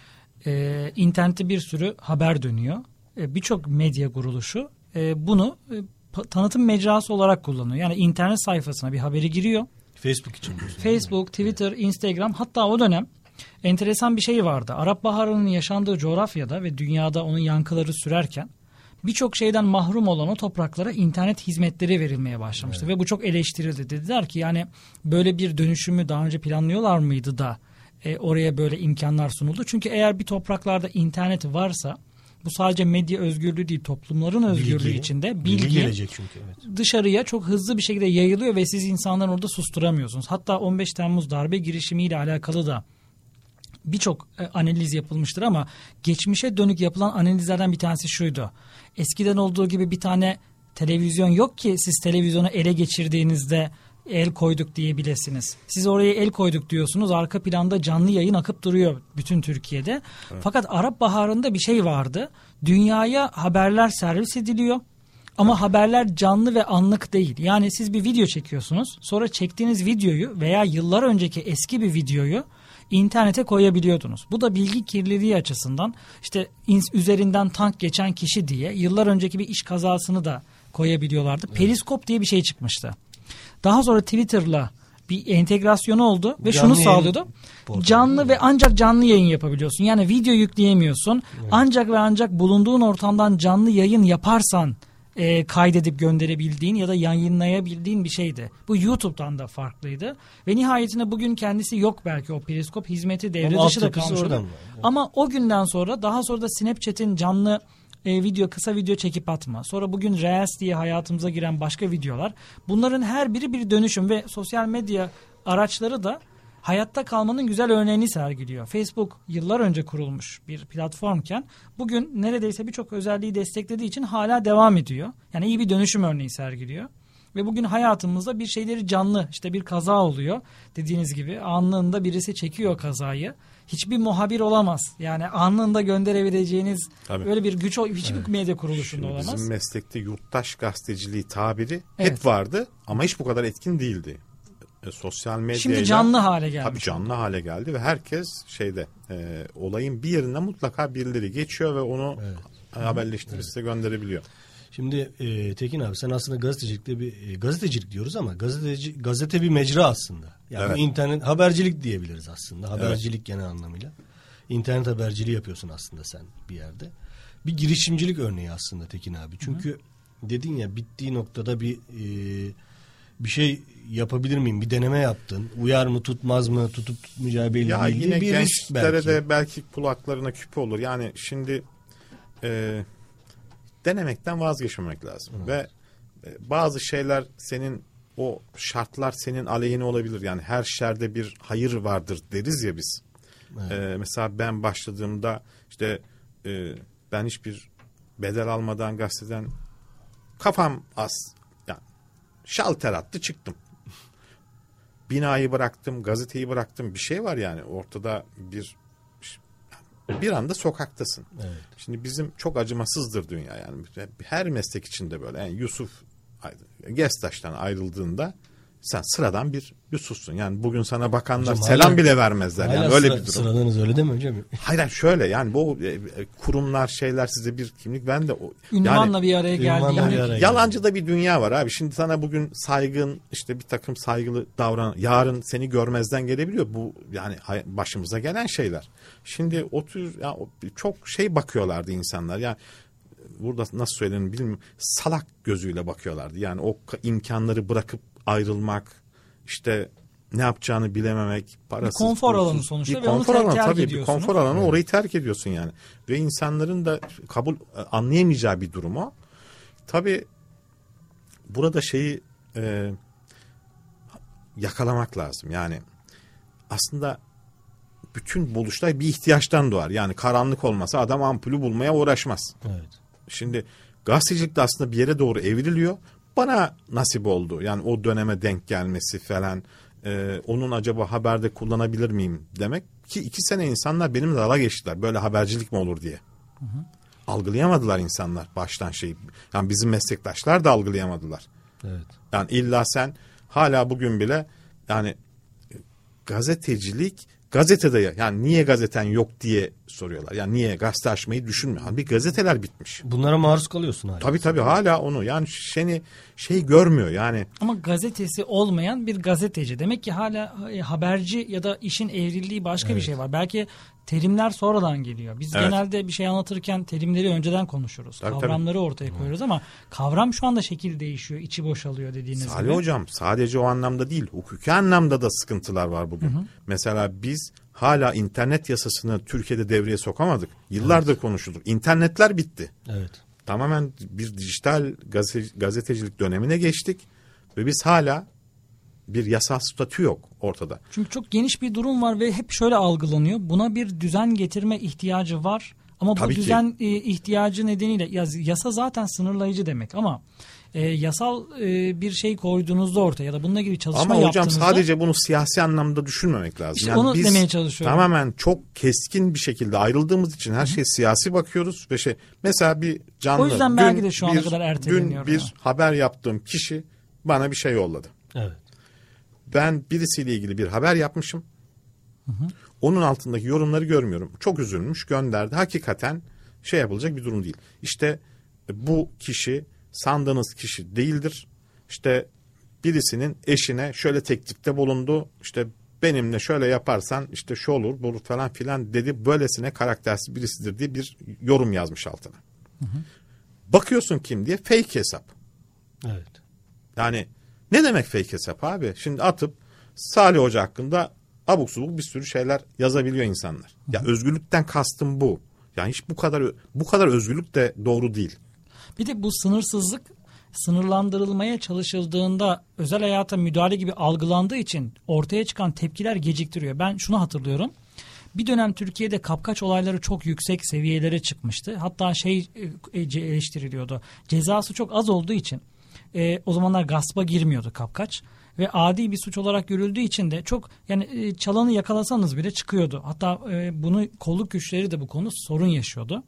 e, internette bir sürü haber dönüyor. E, Birçok medya kuruluşu e, bunu e, pa- tanıtım mecrası olarak kullanıyor. Yani internet sayfasına bir haberi giriyor. Facebook için diyorsun. Facebook, Twitter, Instagram, hatta o dönem enteresan bir şey vardı. Arap Baharı'nın yaşandığı coğrafyada ve dünyada onun yankıları sürerken birçok şeyden mahrum olan o topraklara internet hizmetleri verilmeye başlamıştı. Evet. Ve bu çok eleştirildi. Dediler ki yani böyle bir dönüşümü daha önce planlıyorlar mıydı da e, oraya böyle imkanlar sunuldu. Çünkü eğer bir topraklarda internet varsa bu sadece medya özgürlüğü değil, toplumların özgürlüğü Bilgi, içinde bilgi bilgi gelecek çünkü. Evet. Dışarıya çok hızlı bir şekilde yayılıyor ve siz insanları orada susturamıyorsunuz. Hatta on beş Temmuz darbe girişimiyle alakalı da birçok e, analiz yapılmıştır ama geçmişe dönük yapılan analizlerden bir tanesi şuydu. Eskiden olduğu gibi bir tane televizyon yok ki siz televizyonu ele geçirdiğinizde el koyduk diyebilirsiniz. Siz oraya el koyduk diyorsunuz. Arka planda canlı yayın akıp duruyor bütün Türkiye'de. Evet. Fakat Arap Baharı'nda bir şey vardı. Dünyaya haberler servis ediliyor. Ama haberler canlı ve anlık değil. Yani siz bir video çekiyorsunuz. Sonra çektiğiniz videoyu veya yıllar önceki eski bir videoyu internete koyabiliyordunuz. Bu da bilgi kirliliği açısından işte üzerinden tank geçen kişi diye yıllar önceki bir iş kazasını da koyabiliyorlardı. Evet. Periskop diye bir şey çıkmıştı. Daha sonra Twitter'la bir entegrasyonu oldu ve canlı şunu sağlıyordu. Portal. Canlı ve ancak canlı yayın yapabiliyorsun. Yani video yükleyemiyorsun. Evet. Ancak ve ancak bulunduğun ortamdan canlı yayın yaparsan e, kaydedip gönderebildiğin ya da yayınlayabildiğin bir şeydi. Bu YouTube'dan da farklıydı. Ve nihayetinde bugün kendisi yok belki o periskop hizmeti devre dışı da kalmış oldu. Evet. Ama o günden sonra daha sonra da Snapchat'in canlı E, video kısa video çekip atma. Sonra bugün Reels diye hayatımıza giren başka videolar. Bunların her biri bir dönüşüm ve sosyal medya araçları da hayatta kalmanın güzel örneğini sergiliyor. Facebook yıllar önce kurulmuş bir platformken bugün neredeyse birçok özelliği desteklediği için hala devam ediyor. Yani iyi bir dönüşüm örneği sergiliyor. Ve bugün hayatımızda bir şeyleri canlı, işte bir kaza oluyor. Dediğiniz gibi anında birisi çekiyor kazayı. Hiçbir muhabir olamaz. Yani anında gönderebileceğiniz Tabii. öyle bir güç hiçbir evet. medya kuruluşunda Şimdi olamaz. Bizim meslekte yurttaş gazeteciliği tabiri evet. hep vardı ama hiç bu kadar etkin değildi. E, sosyal medyayla Şimdi canlı hale geldi. Tabii canlı hale geldi ve herkes şeyde e, olayın bir yerinde mutlaka birileri geçiyor ve onu evet. haberleştirip evet. size gönderebiliyor. Şimdi e, Tekin abi sen aslında gazetecilikte bir e, gazetecilik diyoruz ama gazeteci gazete bir mecra aslında. Yani evet. internet habercilik diyebiliriz aslında. Habercilik evet. genel anlamıyla. İnternet haberciliği yapıyorsun aslında sen bir yerde. Bir girişimcilik örneği aslında Tekin abi. Çünkü Hı. dedin ya bittiği noktada bir e, bir şey yapabilir miyim? Bir deneme yaptın. Uyar mı tutmaz mı? Tutup tutmayacağı belli ya değil. Yine bir gençlere belki. de belki kulaklarına küpe olur. Yani şimdi e, denemekten vazgeçmemek lazım. Evet. Ve e, bazı şeyler senin o şartlar senin aleyhine olabilir. Yani her şerde bir hayır vardır deriz ya biz. Evet. E, mesela ben başladığımda işte e, ben hiçbir bedel almadan gazeteden kafam az yani şalter attı çıktım. Binayı bıraktım, gazeteyi bıraktım. Bir şey var yani ortada bir bir anda sokaktasın. Evet. Şimdi bizim çok acımasızdır dünya yani. Her meslek içinde böyle. Yani Yusuf Gestaş'tan ayrıldığında sen sıradan bir Yusuf'sun. Yani bugün sana bakanlar hocam, selam hala, bile vermezler. Yani öyle sıra, bir durum. Sıradanız öyle değil mi hocam? Hayır hayır şöyle yani bu kurumlar şeyler size bir kimlik ben de o ünvanla yani, bir araya geldi. Yani, yalancı da bir dünya var abi. Şimdi sana bugün saygın işte bir takım saygılı davran yarın seni görmezden gelebiliyor. Bu yani başımıza gelen şeyler. Şimdi o tür ya, çok şey bakıyorlardı insanlar. Yani burada nasıl söylenir bilmiyorum. Salak gözüyle bakıyorlardı. Yani o imkanları bırakıp ayrılmak, işte ne yapacağını bilememek, parasız. Bir konfor alanı sonuçta bir ve konfor onu alanı, terk tabii, ediyorsunuz. bir konfor alanı evet. Orayı terk ediyorsun yani. Ve insanların da kabul anlayamayacağı bir durum o. Tabii burada şeyi e, yakalamak lazım. Yani aslında bütün buluşlar bir ihtiyaçtan doğar. Yani karanlık olmasa adam ampulü bulmaya uğraşmaz. Evet. Şimdi gazetecilik de aslında bir yere doğru evriliyor. Bana nasip oldu. Yani o döneme denk gelmesi falan. E, onun acaba haberde kullanabilir miyim demek. Ki iki sene insanlar benimle dalga geçtiler. Böyle habercilik mi olur diye. Hı hı. Algılayamadılar insanlar baştan şeyi. Yani bizim meslektaşlar da algılayamadılar. Evet. Yani illa sen hala bugün bile yani gazetecilik gazetede, yani niye gazeten yok diye soruyorlar. Yani niye gazete açmayı düşünmüyor. Bir gazeteler bitmiş. Bunlara maruz kalıyorsun hala. Tabii tabii hala onu, yani seni şey görmüyor yani. Ama gazetesi olmayan bir gazeteci. Demek ki hala haberci ya da işin evrildiği başka evet. bir şey var. Belki terimler sonradan geliyor. Biz evet. genelde bir şey anlatırken terimleri önceden konuşuruz. Tabii, Kavramları tabii. ortaya koyuyoruz ama kavram şu anda şekil değişiyor, içi boşalıyor dediğiniz Salih gibi. Salih Hocam sadece o anlamda değil, hukuki anlamda da sıkıntılar var bugün. Hı hı. Mesela biz hala internet yasasını Türkiye'de devreye sokamadık. Yıllardır evet. konuşulduk. İnternetler bitti. Evet. Tamamen bir dijital gazete, gazetecilik dönemine geçtik ve biz hala bir yasal statü yok ortada. Çünkü çok geniş bir durum var ve hep şöyle algılanıyor. Buna bir düzen getirme ihtiyacı var. Ama Tabii bu düzen ki. ihtiyacı nedeniyle yasa zaten sınırlayıcı demek ama e, yasal e, bir şey koyduğunuzda ortaya ya da bununla ilgili çalışma ama hocam yaptığınızda. Sadece bunu siyasi anlamda düşünmemek lazım. İşte yani onu biz demeye çalışıyorum. Tamamen çok keskin bir şekilde ayrıldığımız için her şey siyasi bakıyoruz ve şey mesela bir canlı. O yüzden dün belki de şu ana bir, kadar erteleniyor. Dün bir ya. haber yaptığım kişi bana bir şey yolladı. Evet. Ben birisiyle ilgili bir haber yapmışım. Hı hı. Onun altındaki yorumları görmüyorum. Çok üzülmüş, gönderdi. Hakikaten şey yapılacak bir durum değil. İşte bu kişi sandığınız kişi değildir. İşte birisinin eşine şöyle teklifte bulundu. İşte benimle şöyle yaparsan işte şu olur, bu olur falan filan dedi. Böylesine karaktersiz birisidir diye bir yorum yazmış altına. Hı hı. Bakıyorsun kim diye, fake hesap. Evet. Yani ne demek fake hesap abi? Şimdi atıp Salih Hoca hakkında abuk subuk bir sürü şeyler yazabiliyor insanlar. Hı hı. Ya özgürlükten kastım bu. Yani hiç bu kadar bu kadar özgürlük de doğru değil. Bir de bu sınırsızlık sınırlandırılmaya çalışıldığında özel hayata müdahale gibi algılandığı için ortaya çıkan tepkiler geciktiriyor. Ben şunu hatırlıyorum. Bir dönem Türkiye'de kapkaç olayları çok yüksek seviyelere çıkmıştı. Hatta şey eleştiriliyordu. Cezası çok az olduğu için e, o zamanlar gaspa girmiyordu kapkaç. Ve adi bir suç olarak görüldüğü için de çok yani e, çalanı yakalasanız bile çıkıyordu. Hatta e, bunu kolluk güçleri de bu konu sorun yaşıyordu.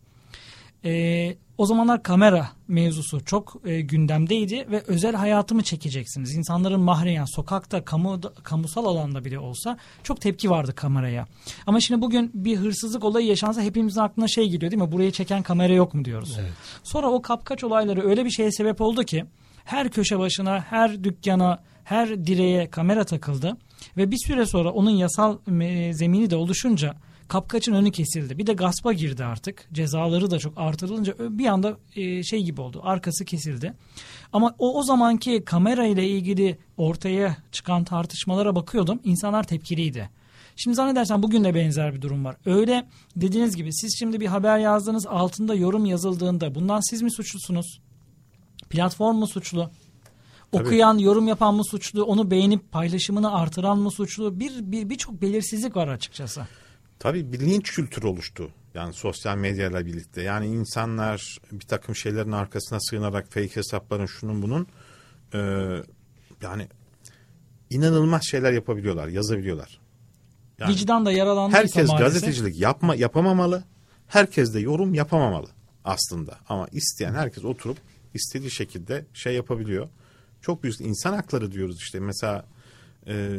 E, o zamanlar kamera mevzusu çok e, gündemdeydi ve özel hayatımı çekeceksiniz. İnsanların mahreyen sokakta, kamu, kamusal alanda bile olsa çok tepki vardı kameraya. Ama şimdi bugün bir hırsızlık olayı yaşansa hepimizin aklına şey geliyor değil mi? Buraya çeken kamera yok mu diyoruz. Evet. Sonra o kapkaç olayları öyle bir şeye sebep oldu ki her köşe başına, her dükkana, her direğe kamera takıldı ve bir süre sonra onun yasal zemini de oluşunca kapkaçın önü kesildi. Bir de gaspa girdi artık. Cezaları da çok artırılınca bir anda şey gibi oldu. Arkası kesildi. Ama o o zamanki kamera ile ilgili ortaya çıkan tartışmalara bakıyordum. İnsanlar tepkiliydi. Şimdi zannedersem bugün de benzer bir durum var. Öyle dediğiniz gibi siz şimdi bir haber yazdığınız altında yorum yazıldığında bundan siz mi suçlusunuz? Platform mu suçlu? Okuyan, Tabii. yorum yapan mı suçlu? Onu beğenip paylaşımını artıran mı suçlu? Bir bir birçok belirsizlik var açıkçası. Tabii bir linç kültürü oluştu. Yani sosyal medyayla birlikte. Yani insanlar bir takım şeylerin arkasına sığınarak fake hesapların şunun bunun e, yani inanılmaz şeyler yapabiliyorlar, yazabiliyorlar. Yani vicdan da yaralandıysa herkes maalesef. gazetecilik yapma yapamamalı. Herkes de yorum yapamamalı aslında. Ama isteyen herkes oturup istediği şekilde şey yapabiliyor. Çok büyük insan hakları diyoruz işte. Mesela e,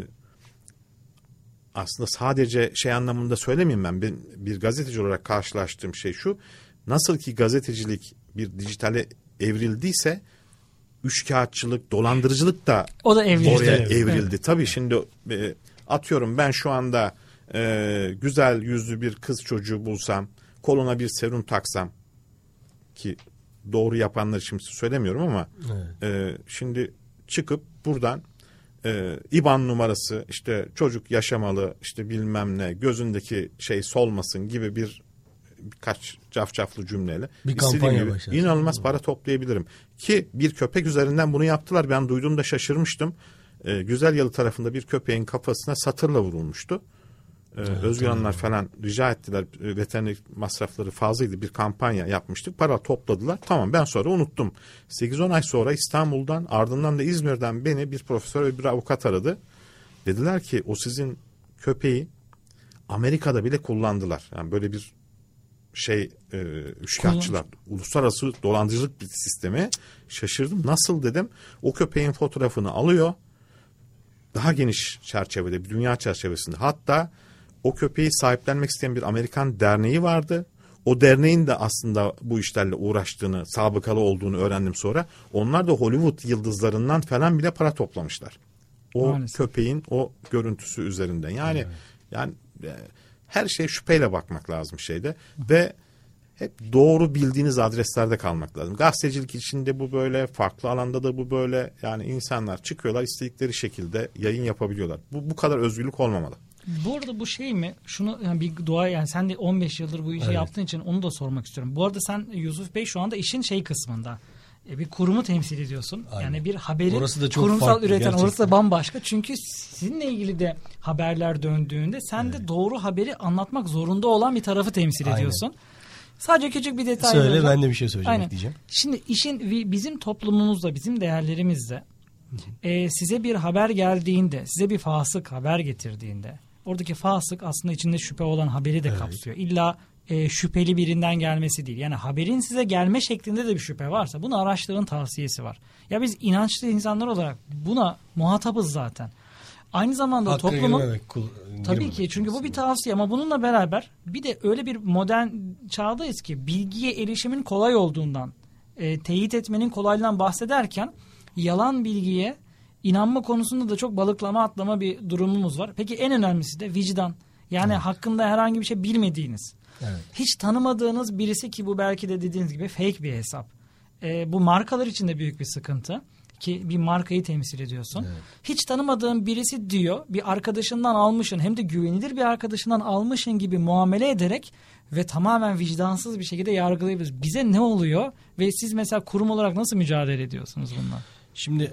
aslında sadece şey anlamında söylemeyeyim ben. Ben bir gazeteci olarak karşılaştığım şey şu. Nasıl ki gazetecilik bir dijitale evrildiyse üçkağıtçılık, dolandırıcılık da, o da evrildi. oraya Evet. evrildi. Evet. Tabii şimdi e, atıyorum ben şu anda e, güzel yüzlü bir kız çocuğu bulsam, koluna bir serum taksam ki doğru yapanları şimdi söylemiyorum ama evet. e, şimdi çıkıp buradan e, İ B A N numarası işte çocuk yaşamalı işte bilmem ne gözündeki şey solmasın gibi bir birkaç cafcaflı cümleyle bir kampanya başlarsın. İnanılmaz para toplayabilirim. Ki bir köpek üzerinden bunu yaptılar. Ben duyduğumda şaşırmıştım. E, Güzelyalı tarafında bir köpeğin kafasına satırla vurulmuştu. Ee, evet, Özgür Hanımlar falan rica ettiler. Veteriner masrafları fazlaydı. Bir kampanya yapmıştık. Para topladılar. Tamam ben sonra unuttum. sekiz on ay sonra İstanbul'dan ardından da İzmir'den beni bir profesör ve bir avukat aradı. Dediler ki o sizin köpeği Amerika'da bile kullandılar. Yani böyle bir şey e, üçkağıtçılar. Uluslararası dolandırıcılık bir sistemi. Şaşırdım. Nasıl dedim. O köpeğin fotoğrafını alıyor. daha geniş çerçevede, bir dünya çerçevesinde. Hatta o köpeği sahiplenmek isteyen bir Amerikan derneği vardı. O derneğin de aslında bu işlerle uğraştığını, sabıkalı olduğunu öğrendim sonra. Onlar da Hollywood yıldızlarından falan bile para toplamışlar. O Maalesef. köpeğin o görüntüsü üzerinden. Yani evet. yani e, her şeye şüpheyle bakmak lazım şeyde ve hep doğru bildiğiniz adreslerde kalmak lazım. Gazetecilik içinde bu böyle, farklı alanda da bu böyle. Yani insanlar çıkıyorlar, istedikleri şekilde yayın yapabiliyorlar. Bu bu kadar özgürlük olmamalı. Bu arada bu şey mi? Şunu yani bir dua, yani sen de on beş yıldır bu işi evet. yaptığın için onu da sormak istiyorum. Bu arada sen Yusuf Bey şu anda işin şey kısmında. E, bir kurumu temsil ediyorsun. Aynen. Yani bir haberi kurumsal farklı, üreten gerçekten. Orası da bambaşka. Çünkü sizinle ilgili de haberler döndüğünde sen evet. de doğru haberi anlatmak zorunda olan bir tarafı temsil Aynen. ediyorsun. Sadece küçük bir detay. Söyle olacak. Ben de bir şey söyleyeceğim. Aynen. Diyeceğim. Şimdi işin bizim toplumumuzda, bizim değerlerimizde e, size bir haber geldiğinde, size bir fasık haber getirdiğinde, oradaki fasık aslında içinde şüphe olan haberi de evet. kapsıyor. İlla e, şüpheli birinden gelmesi değil. Yani haberin size gelme şeklinde de bir şüphe varsa bunu araştırın tavsiyesi var. Ya biz inançlı insanlar olarak buna muhatabız zaten. Aynı zamanda Hakkı toplumun girmemek, kul, tabii ki çünkü bu bir tavsiye ama bununla beraber bir de öyle bir modern çağdayız ki bilgiye erişimin kolay olduğundan, e, teyit etmenin kolaylığından bahsederken yalan bilgiye inanma konusunda da çok balıklama atlama bir durumumuz var. Peki en önemlisi de vicdan. Yani evet. hakkında herhangi bir şey bilmediğiniz, evet. hiç tanımadığınız birisi ki bu belki de dediğiniz gibi fake bir hesap. E, bu markalar için de büyük bir sıkıntı. Ki bir markayı temsil ediyorsun. Evet. Hiç tanımadığın birisi diyor, bir arkadaşından almışsın, hem de güvenilir bir arkadaşından almışsın gibi muamele ederek ve tamamen vicdansız bir şekilde yargılayabiliriz. Bize ne oluyor ve siz mesela kurum olarak nasıl mücadele ediyorsunuz bununla? Şimdi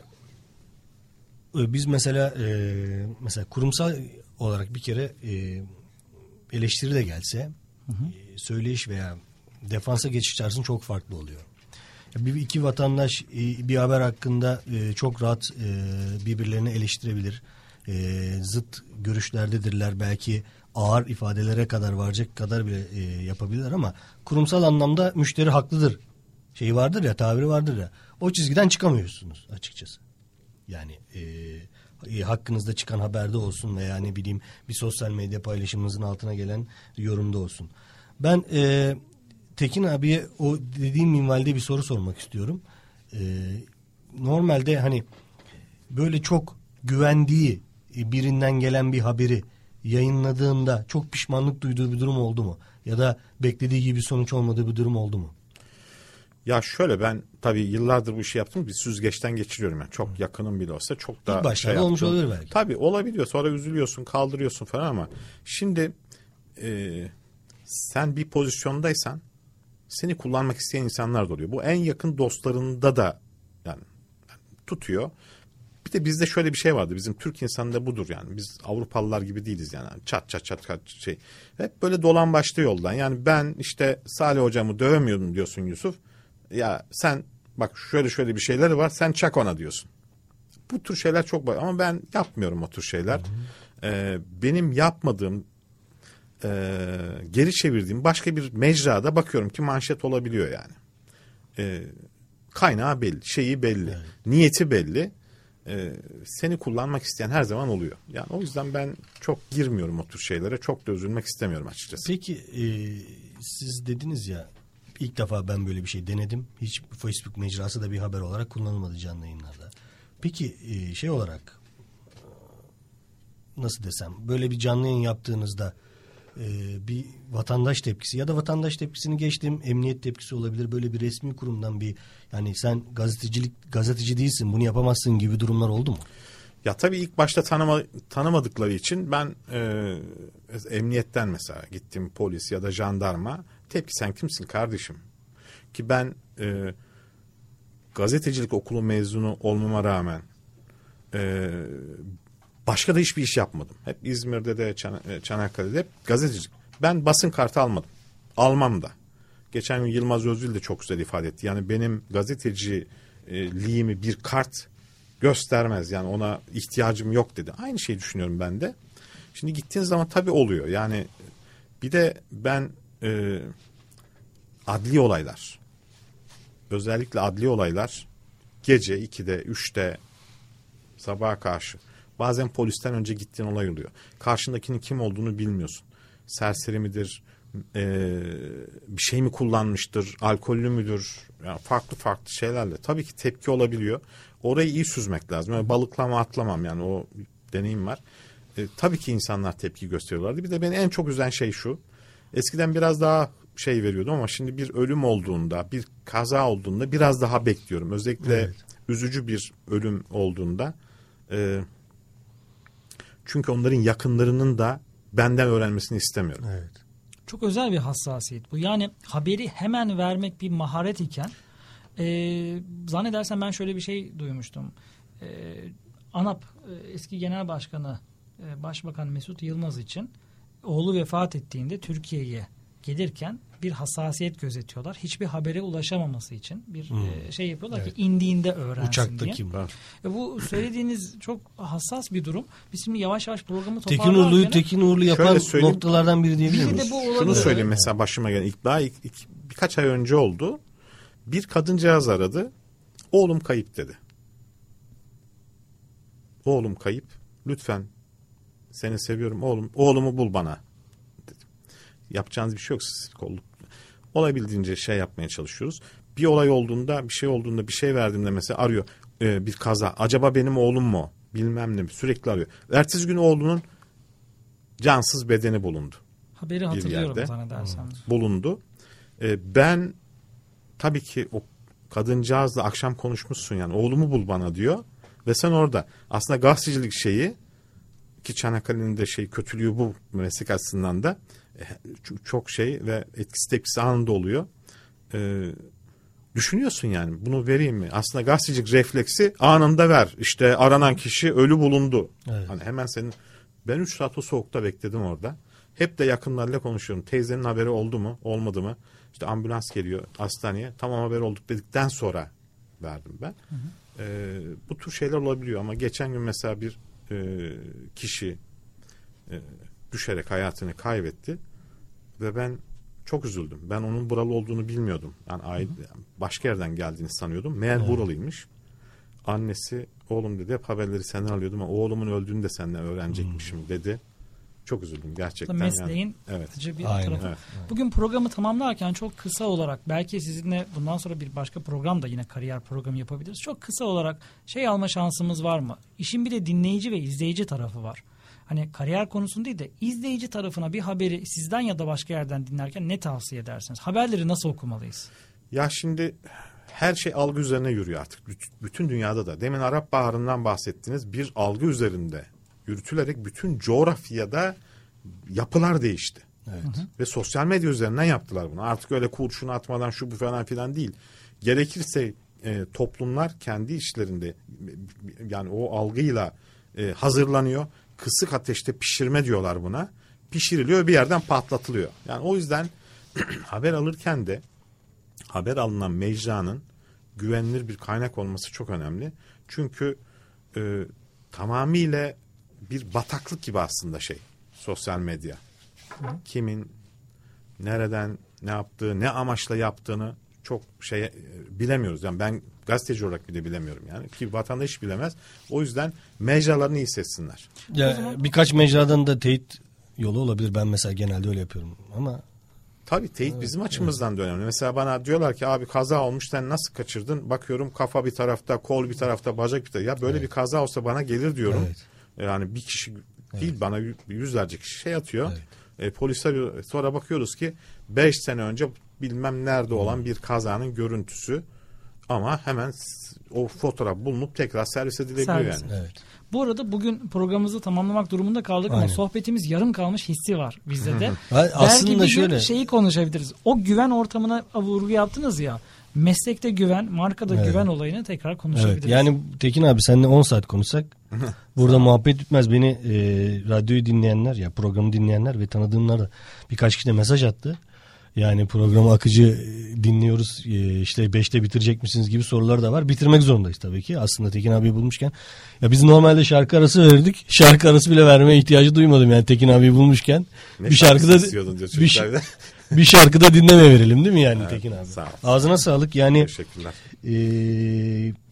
biz mesela e, mesela kurumsal olarak bir kere e, eleştiri de gelse hı hı. E, söyleyiş veya defansa geçiş tarzın çok farklı oluyor. Bir iki vatandaş bir haber hakkında çok rahat birbirlerini eleştirebilir. Zıt görüşlerdedirler. Belki ağır ifadelere kadar varacak kadar bile yapabilirler ama kurumsal anlamda müşteri haklıdır şeyi vardır ya, tabiri vardır ya. O çizgiden çıkamıyorsunuz açıkçası. Yani e, hakkınızda çıkan haberde olsun veya ne bileyim bir sosyal medya paylaşımınızın altına gelen yorumda olsun. Ben e, Tekin abiye o dediğim minvalde bir soru sormak istiyorum. Ee, normalde hani böyle çok güvendiği birinden gelen bir haberi yayınladığında çok pişmanlık duyduğu bir durum oldu mu? Ya da beklediği gibi sonuç olmadığı bir durum oldu mu? Ya şöyle, ben tabii yıllardır bu işi yaptım. Bir süzgeçten geçiriyorum yani. Çok yakınım bile olsa çok da İlk başlarda şey olmuş olabilir belki. Tabii olabiliyor. Sonra üzülüyorsun, kaldırıyorsun falan ama şimdi e, sen bir pozisyondaysan seni kullanmak isteyen insanlar da oluyor. Bu en yakın dostlarında da yani, yani tutuyor. Bir de bizde şöyle bir şey vardı. Bizim Türk insanında budur yani. Biz Avrupalılar gibi değiliz yani. Çat çat çat çat şey. Hep böyle dolan başlı yoldan. Yani ben işte Salih hocamı dövemiyordum diyorsun Yusuf. Ya sen bak şöyle şöyle bir şeyleri var. Sen çak ona diyorsun. Bu tür şeyler çok var. Ama ben yapmıyorum o tür şeyler. Ee, benim yapmadığım Ee, geri çevirdiğim başka bir mecrada bakıyorum ki manşet olabiliyor yani. Ee, kaynağı belli, şeyi belli, evet. niyeti belli. Ee, seni kullanmak isteyen her zaman oluyor. Yani o yüzden ben çok girmiyorum o tür şeylere. Çok da üzülmek istemiyorum açıkçası. Peki e, siz dediniz ya, ilk defa ben böyle bir şey denedim. Hiç Facebook mecrası da bir haber olarak kullanılmadı canlı yayınlarda. Peki e, şey olarak nasıl desem, böyle bir canlı yayın yaptığınızda Ee, bir vatandaş tepkisi ya da vatandaş tepkisini geçtim, emniyet tepkisi olabilir, böyle bir resmi kurumdan bir, yani sen gazetecilik gazeteci değilsin, bunu yapamazsın gibi durumlar oldu mu? Ya tabii ilk başta tanıma, tanımadıkları için ben e, emniyetten mesela gittim, polis ya da jandarma, tepki sen kimsin kardeşim? Ki ben e, gazetecilik okulu mezunu olmama rağmen e, başka da hiçbir iş yapmadım. Hep İzmir'de de Çan- Çanakkale'de hep gazetecilik. Ben basın kartı almadım. Almam da. Geçen gün Yılmaz Özdil de çok güzel ifade etti. Yani benim gazeteciliğimi bir kart göstermez. Yani ona ihtiyacım yok dedi. Aynı şeyi düşünüyorum ben de. Şimdi gittiğiniz zaman tabii oluyor. Yani bir de ben e, adli olaylar, özellikle adli olaylar gece ikide, üçte, sabaha karşı Bazen polisten önce gittiğin olay oluyor. Karşındakinin kim olduğunu bilmiyorsun. Serseri midir? Ee, bir şey mi kullanmıştır? Alkollü müdür? Yani farklı farklı şeylerle. Tabii ki tepki olabiliyor. Orayı iyi süzmek lazım. Yani balıklama atlamam yani o deneyim var. Ee, tabii ki insanlar tepki gösteriyorlardı. Bir de beni en çok üzen şey şu. Eskiden biraz daha şey veriyordum ama şimdi bir ölüm olduğunda, bir kaza olduğunda biraz daha bekliyorum. Özellikle evet. üzücü bir ölüm olduğunda. E, çünkü onların yakınlarının da benden öğrenmesini istemiyorum. Evet. Çok özel bir hassasiyet bu. Yani haberi hemen vermek bir maharet iken e, zannedersem ben şöyle bir şey duymuştum. E, ANAP e, eski genel başkanı e, Başbakan Mesut Yılmaz için oğlu vefat ettiğinde Türkiye'ye gelirken bir hassasiyet gözetiyorlar. Hiçbir habere ulaşamaması için bir hmm. e, şey yapıyorlar evet. ki indiğinde öğrensin Uçakta diye. kim var? E, bu söylediğiniz çok hassas bir durum. Biz şimdi yavaş yavaş programı toparlarken... Tekin Uğurlu'yu Tekin Uğurlu yapan noktalardan biri diyebilir miyiz? De bu Şunu olabilir. söyleyeyim mesela başıma gelen ilk daha ilk, ilk, birkaç ay önce oldu. Bir kadıncağız aradı. Oğlum kayıp dedi. Oğlum kayıp. Lütfen seni seviyorum oğlum. Oğlumu bul bana. Dedim. Yapacağınız bir şey yok siz kolluk. Olabildiğince şey yapmaya çalışıyoruz. Bir olay olduğunda, bir şey olduğunda, bir şey verdiğimde mesela arıyor. Ee, bir kaza. Acaba benim oğlum mu? Bilmem ne. Sürekli arıyor. Ertesi gün oğlunun cansız bedeni bulundu. Haberi hatırlıyorum zannedersem. Bulundu. Ee, ben tabii ki o kadıncağızla akşam konuşmuşsun yani. Oğlumu bul bana diyor. Ve sen orada aslında gazetecilik şeyi ki Çanakkale'nin de şey kötülüğü bu meslek açısından da çok şey ve etkisi tepkisi anında oluyor. Ee, düşünüyorsun yani bunu vereyim mi? Aslında gazetecilik refleksi anında ver. İşte aranan kişi ölü bulundu. Evet. Hani hemen senin ben üç saat o soğukta bekledim orada. Hep de yakınlarıyla konuşuyorum. Teyzenin haberi oldu mu? Olmadı mı? İşte ambulans geliyor hastaneye. Tamam haber olduk dedikten sonra verdim ben. Hı hı. Ee, bu tür şeyler olabiliyor ama geçen gün mesela bir e, kişi e, düşerek hayatını kaybetti ve ben çok üzüldüm. Ben onun buralı olduğunu bilmiyordum. Yani aile, başka yerden geldiğini sanıyordum. Meğer evet. buralıymış. Annesi oğlum dedi hep haberleri senden alıyordum ama oğlumun öldüğünü de senden öğrenecekmişim hmm. dedi. Çok üzüldüm gerçekten. Mesleğin yani. Evet. bir Aynen. tarafı. Evet. Bugün programı tamamlarken çok kısa olarak belki sizinle bundan sonra bir başka program da yine kariyer programı yapabiliriz. Çok kısa olarak şey alma şansımız var mı? İşin bir de dinleyici ve izleyici tarafı var. Hani kariyer konusunda değil de izleyici tarafına bir haberi sizden ya da başka yerden dinlerken ne tavsiye edersiniz? Haberleri nasıl okumalıyız? Ya şimdi her şey algı üzerine yürüyor artık. Bütün dünyada da. Demin Arap Baharı'ndan bahsettiniz. Bir algı üzerinde yürütülerek bütün coğrafyada yapılar değişti. Evet. Hı hı. Ve sosyal medya üzerinden yaptılar bunu. Artık öyle kurşun atmadan şu bu falan filan değil. Gerekirse e, toplumlar kendi işlerinde yani o algıyla e, hazırlanıyor. Kısık ateşte pişirme diyorlar buna. Pişiriliyor bir yerden patlatılıyor. Yani o yüzden haber alırken de haber alınan mecranın güvenilir bir kaynak olması çok önemli. Çünkü e, tamamıyla bir bataklık gibi aslında şey sosyal medya. Hı. Kimin nereden ne yaptığı, ne amaçla yaptığını çok şey e, bilemiyoruz. Yani ben gazeteci olarak bile bilemiyorum yani. Ki vatandaş bilemez. O yüzden mecralarını iyi seçsinler. Ya, birkaç mecradan da teyit yolu olabilir. Ben mesela genelde öyle yapıyorum ama tabii teyit evet, bizim açımızdan evet. da önemli. Mesela bana diyorlar ki abi kaza olmuş sen nasıl kaçırdın? Bakıyorum kafa bir tarafta, kol bir tarafta, bacak bir tarafta. Ya böyle evet. bir kaza olsa bana gelir diyorum. Evet. Yani bir kişi değil evet. bana yüzlerce kişi şey atıyor. Evet. E, polisler sonra bakıyoruz ki beş sene önce bilmem nerede olan hmm. bir kazanın görüntüsü ama hemen o fotoğraf bulunup tekrar servis edilebiliyor servis. yani. Evet. Bu arada bugün programımızı tamamlamak durumunda kaldık Aynen. ama sohbetimiz yarım kalmış hissi var bizde de. Aslında Belki şöyle şeyi konuşabiliriz. O güven ortamına vurgu yaptınız ya. Meslekte güven, markada evet. güven olayını tekrar konuşabiliriz. Evet. Yani Tekin abi seninle on saat konuşsak burada muhabbet bitmez. Beni e, radyoyu dinleyenler ya programı dinleyenler ve tanıdığımlar da birkaç kişi de mesaj attı. Yani programı akıcı dinliyoruz e, işte beşte bitirecek misiniz gibi sorular da var. Bitirmek zorundayız tabii ki. Aslında Tekin abiyi bulmuşken. Ya biz normalde şarkı arası verdik. Şarkı arası bile vermeye ihtiyacı duymadım yani Tekin abiyi bulmuşken. Ne bir şarkıda bir, bir şarkıda dinleme verelim değil mi yani evet, Tekin abi? Sağ Ağzına sağlık. Yani teşekkürler. E,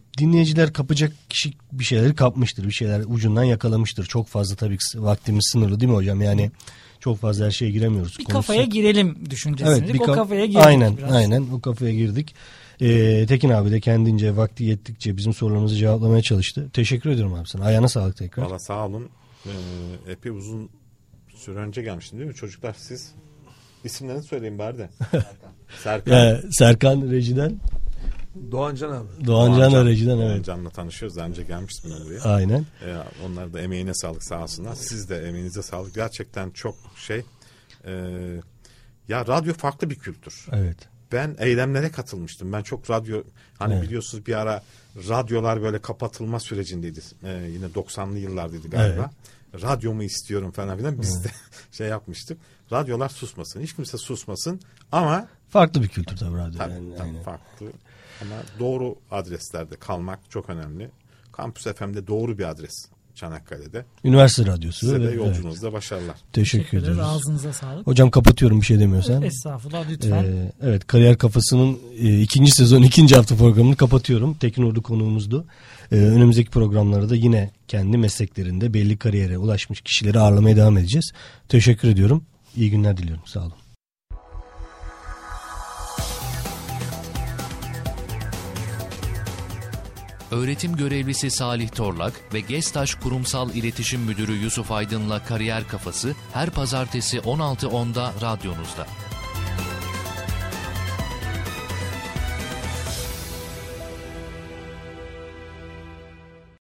dinleyiciler kapacak kişi bir şeyleri kapmıştır. Bir şeyler ucundan yakalamıştır. Çok fazla tabii ki vaktimiz sınırlı değil mi hocam? Yani çok fazla her şeye giremiyoruz. Bir konuşsak. kafaya girelim düşüncesini. Evet, bir o ka- kafaya girdik aynen, biraz. Aynen o kafaya girdik. Ee, Tekin abi de kendince vakti yettikçe bizim sorularımızı cevaplamaya çalıştı. Teşekkür ediyorum abi sana. Ayağına sağlık tekrar. Valla sağ olun. Ee, epey uzun süre önce gelmiştin değil mi çocuklar? Siz isimlerini söyleyin bari de. Serkan. Ee, Serkan Reji'den. Doğancan abi. Doğancan da Reji'den, evet. Doğancan'la tanışıyoruz. Daha önce gelmiştim ben buraya. Aynen. Ee, onlar da emeğine sağlık sağ olsunlar. Siz de emeğinize sağlık. Gerçekten çok şey. E, ya radyo farklı bir kültür. Evet. Ben eylemlere katılmıştım. Ben çok radyo hani Evet. biliyorsunuz bir ara radyolar böyle kapatılma sürecindeydi. Ee, yine doksanlı yıllardaydı galiba. Evet. Radyomu istiyorum falan filan. Biz evet. de şey yapmıştık. Radyolar susmasın. Hiç kimse susmasın ama farklı bir kültür tabii radyo. Tabii, yani, tabii farklı. Ama doğru adreslerde kalmak çok önemli. Kampüs F M'de doğru bir adres Çanakkale'de. Üniversite radyosu. Size de evet. yolculuğunuzda başarılar. Teşekkür, Teşekkür ederiz. Ağzınıza sağlık. Hocam kapatıyorum bir şey demiyorsan. Estağfurullah lütfen. Ee, evet Kariyer Kafası'nın e, ikinci sezon ikinci hafta programını kapatıyorum. Tekin Ordu konuğumuzdu. Ee, önümüzdeki programlarda da yine kendi mesleklerinde belli kariyere ulaşmış kişileri ağırlamaya devam edeceğiz. Teşekkür ediyorum. İyi günler diliyorum. Sağ olun. Öğretim görevlisi Salih Torlak ve Gestaş Kurumsal İletişim Müdürü Yusuf Aydın'la Kariyer Kafası her pazartesi on altı onda radyonuzda.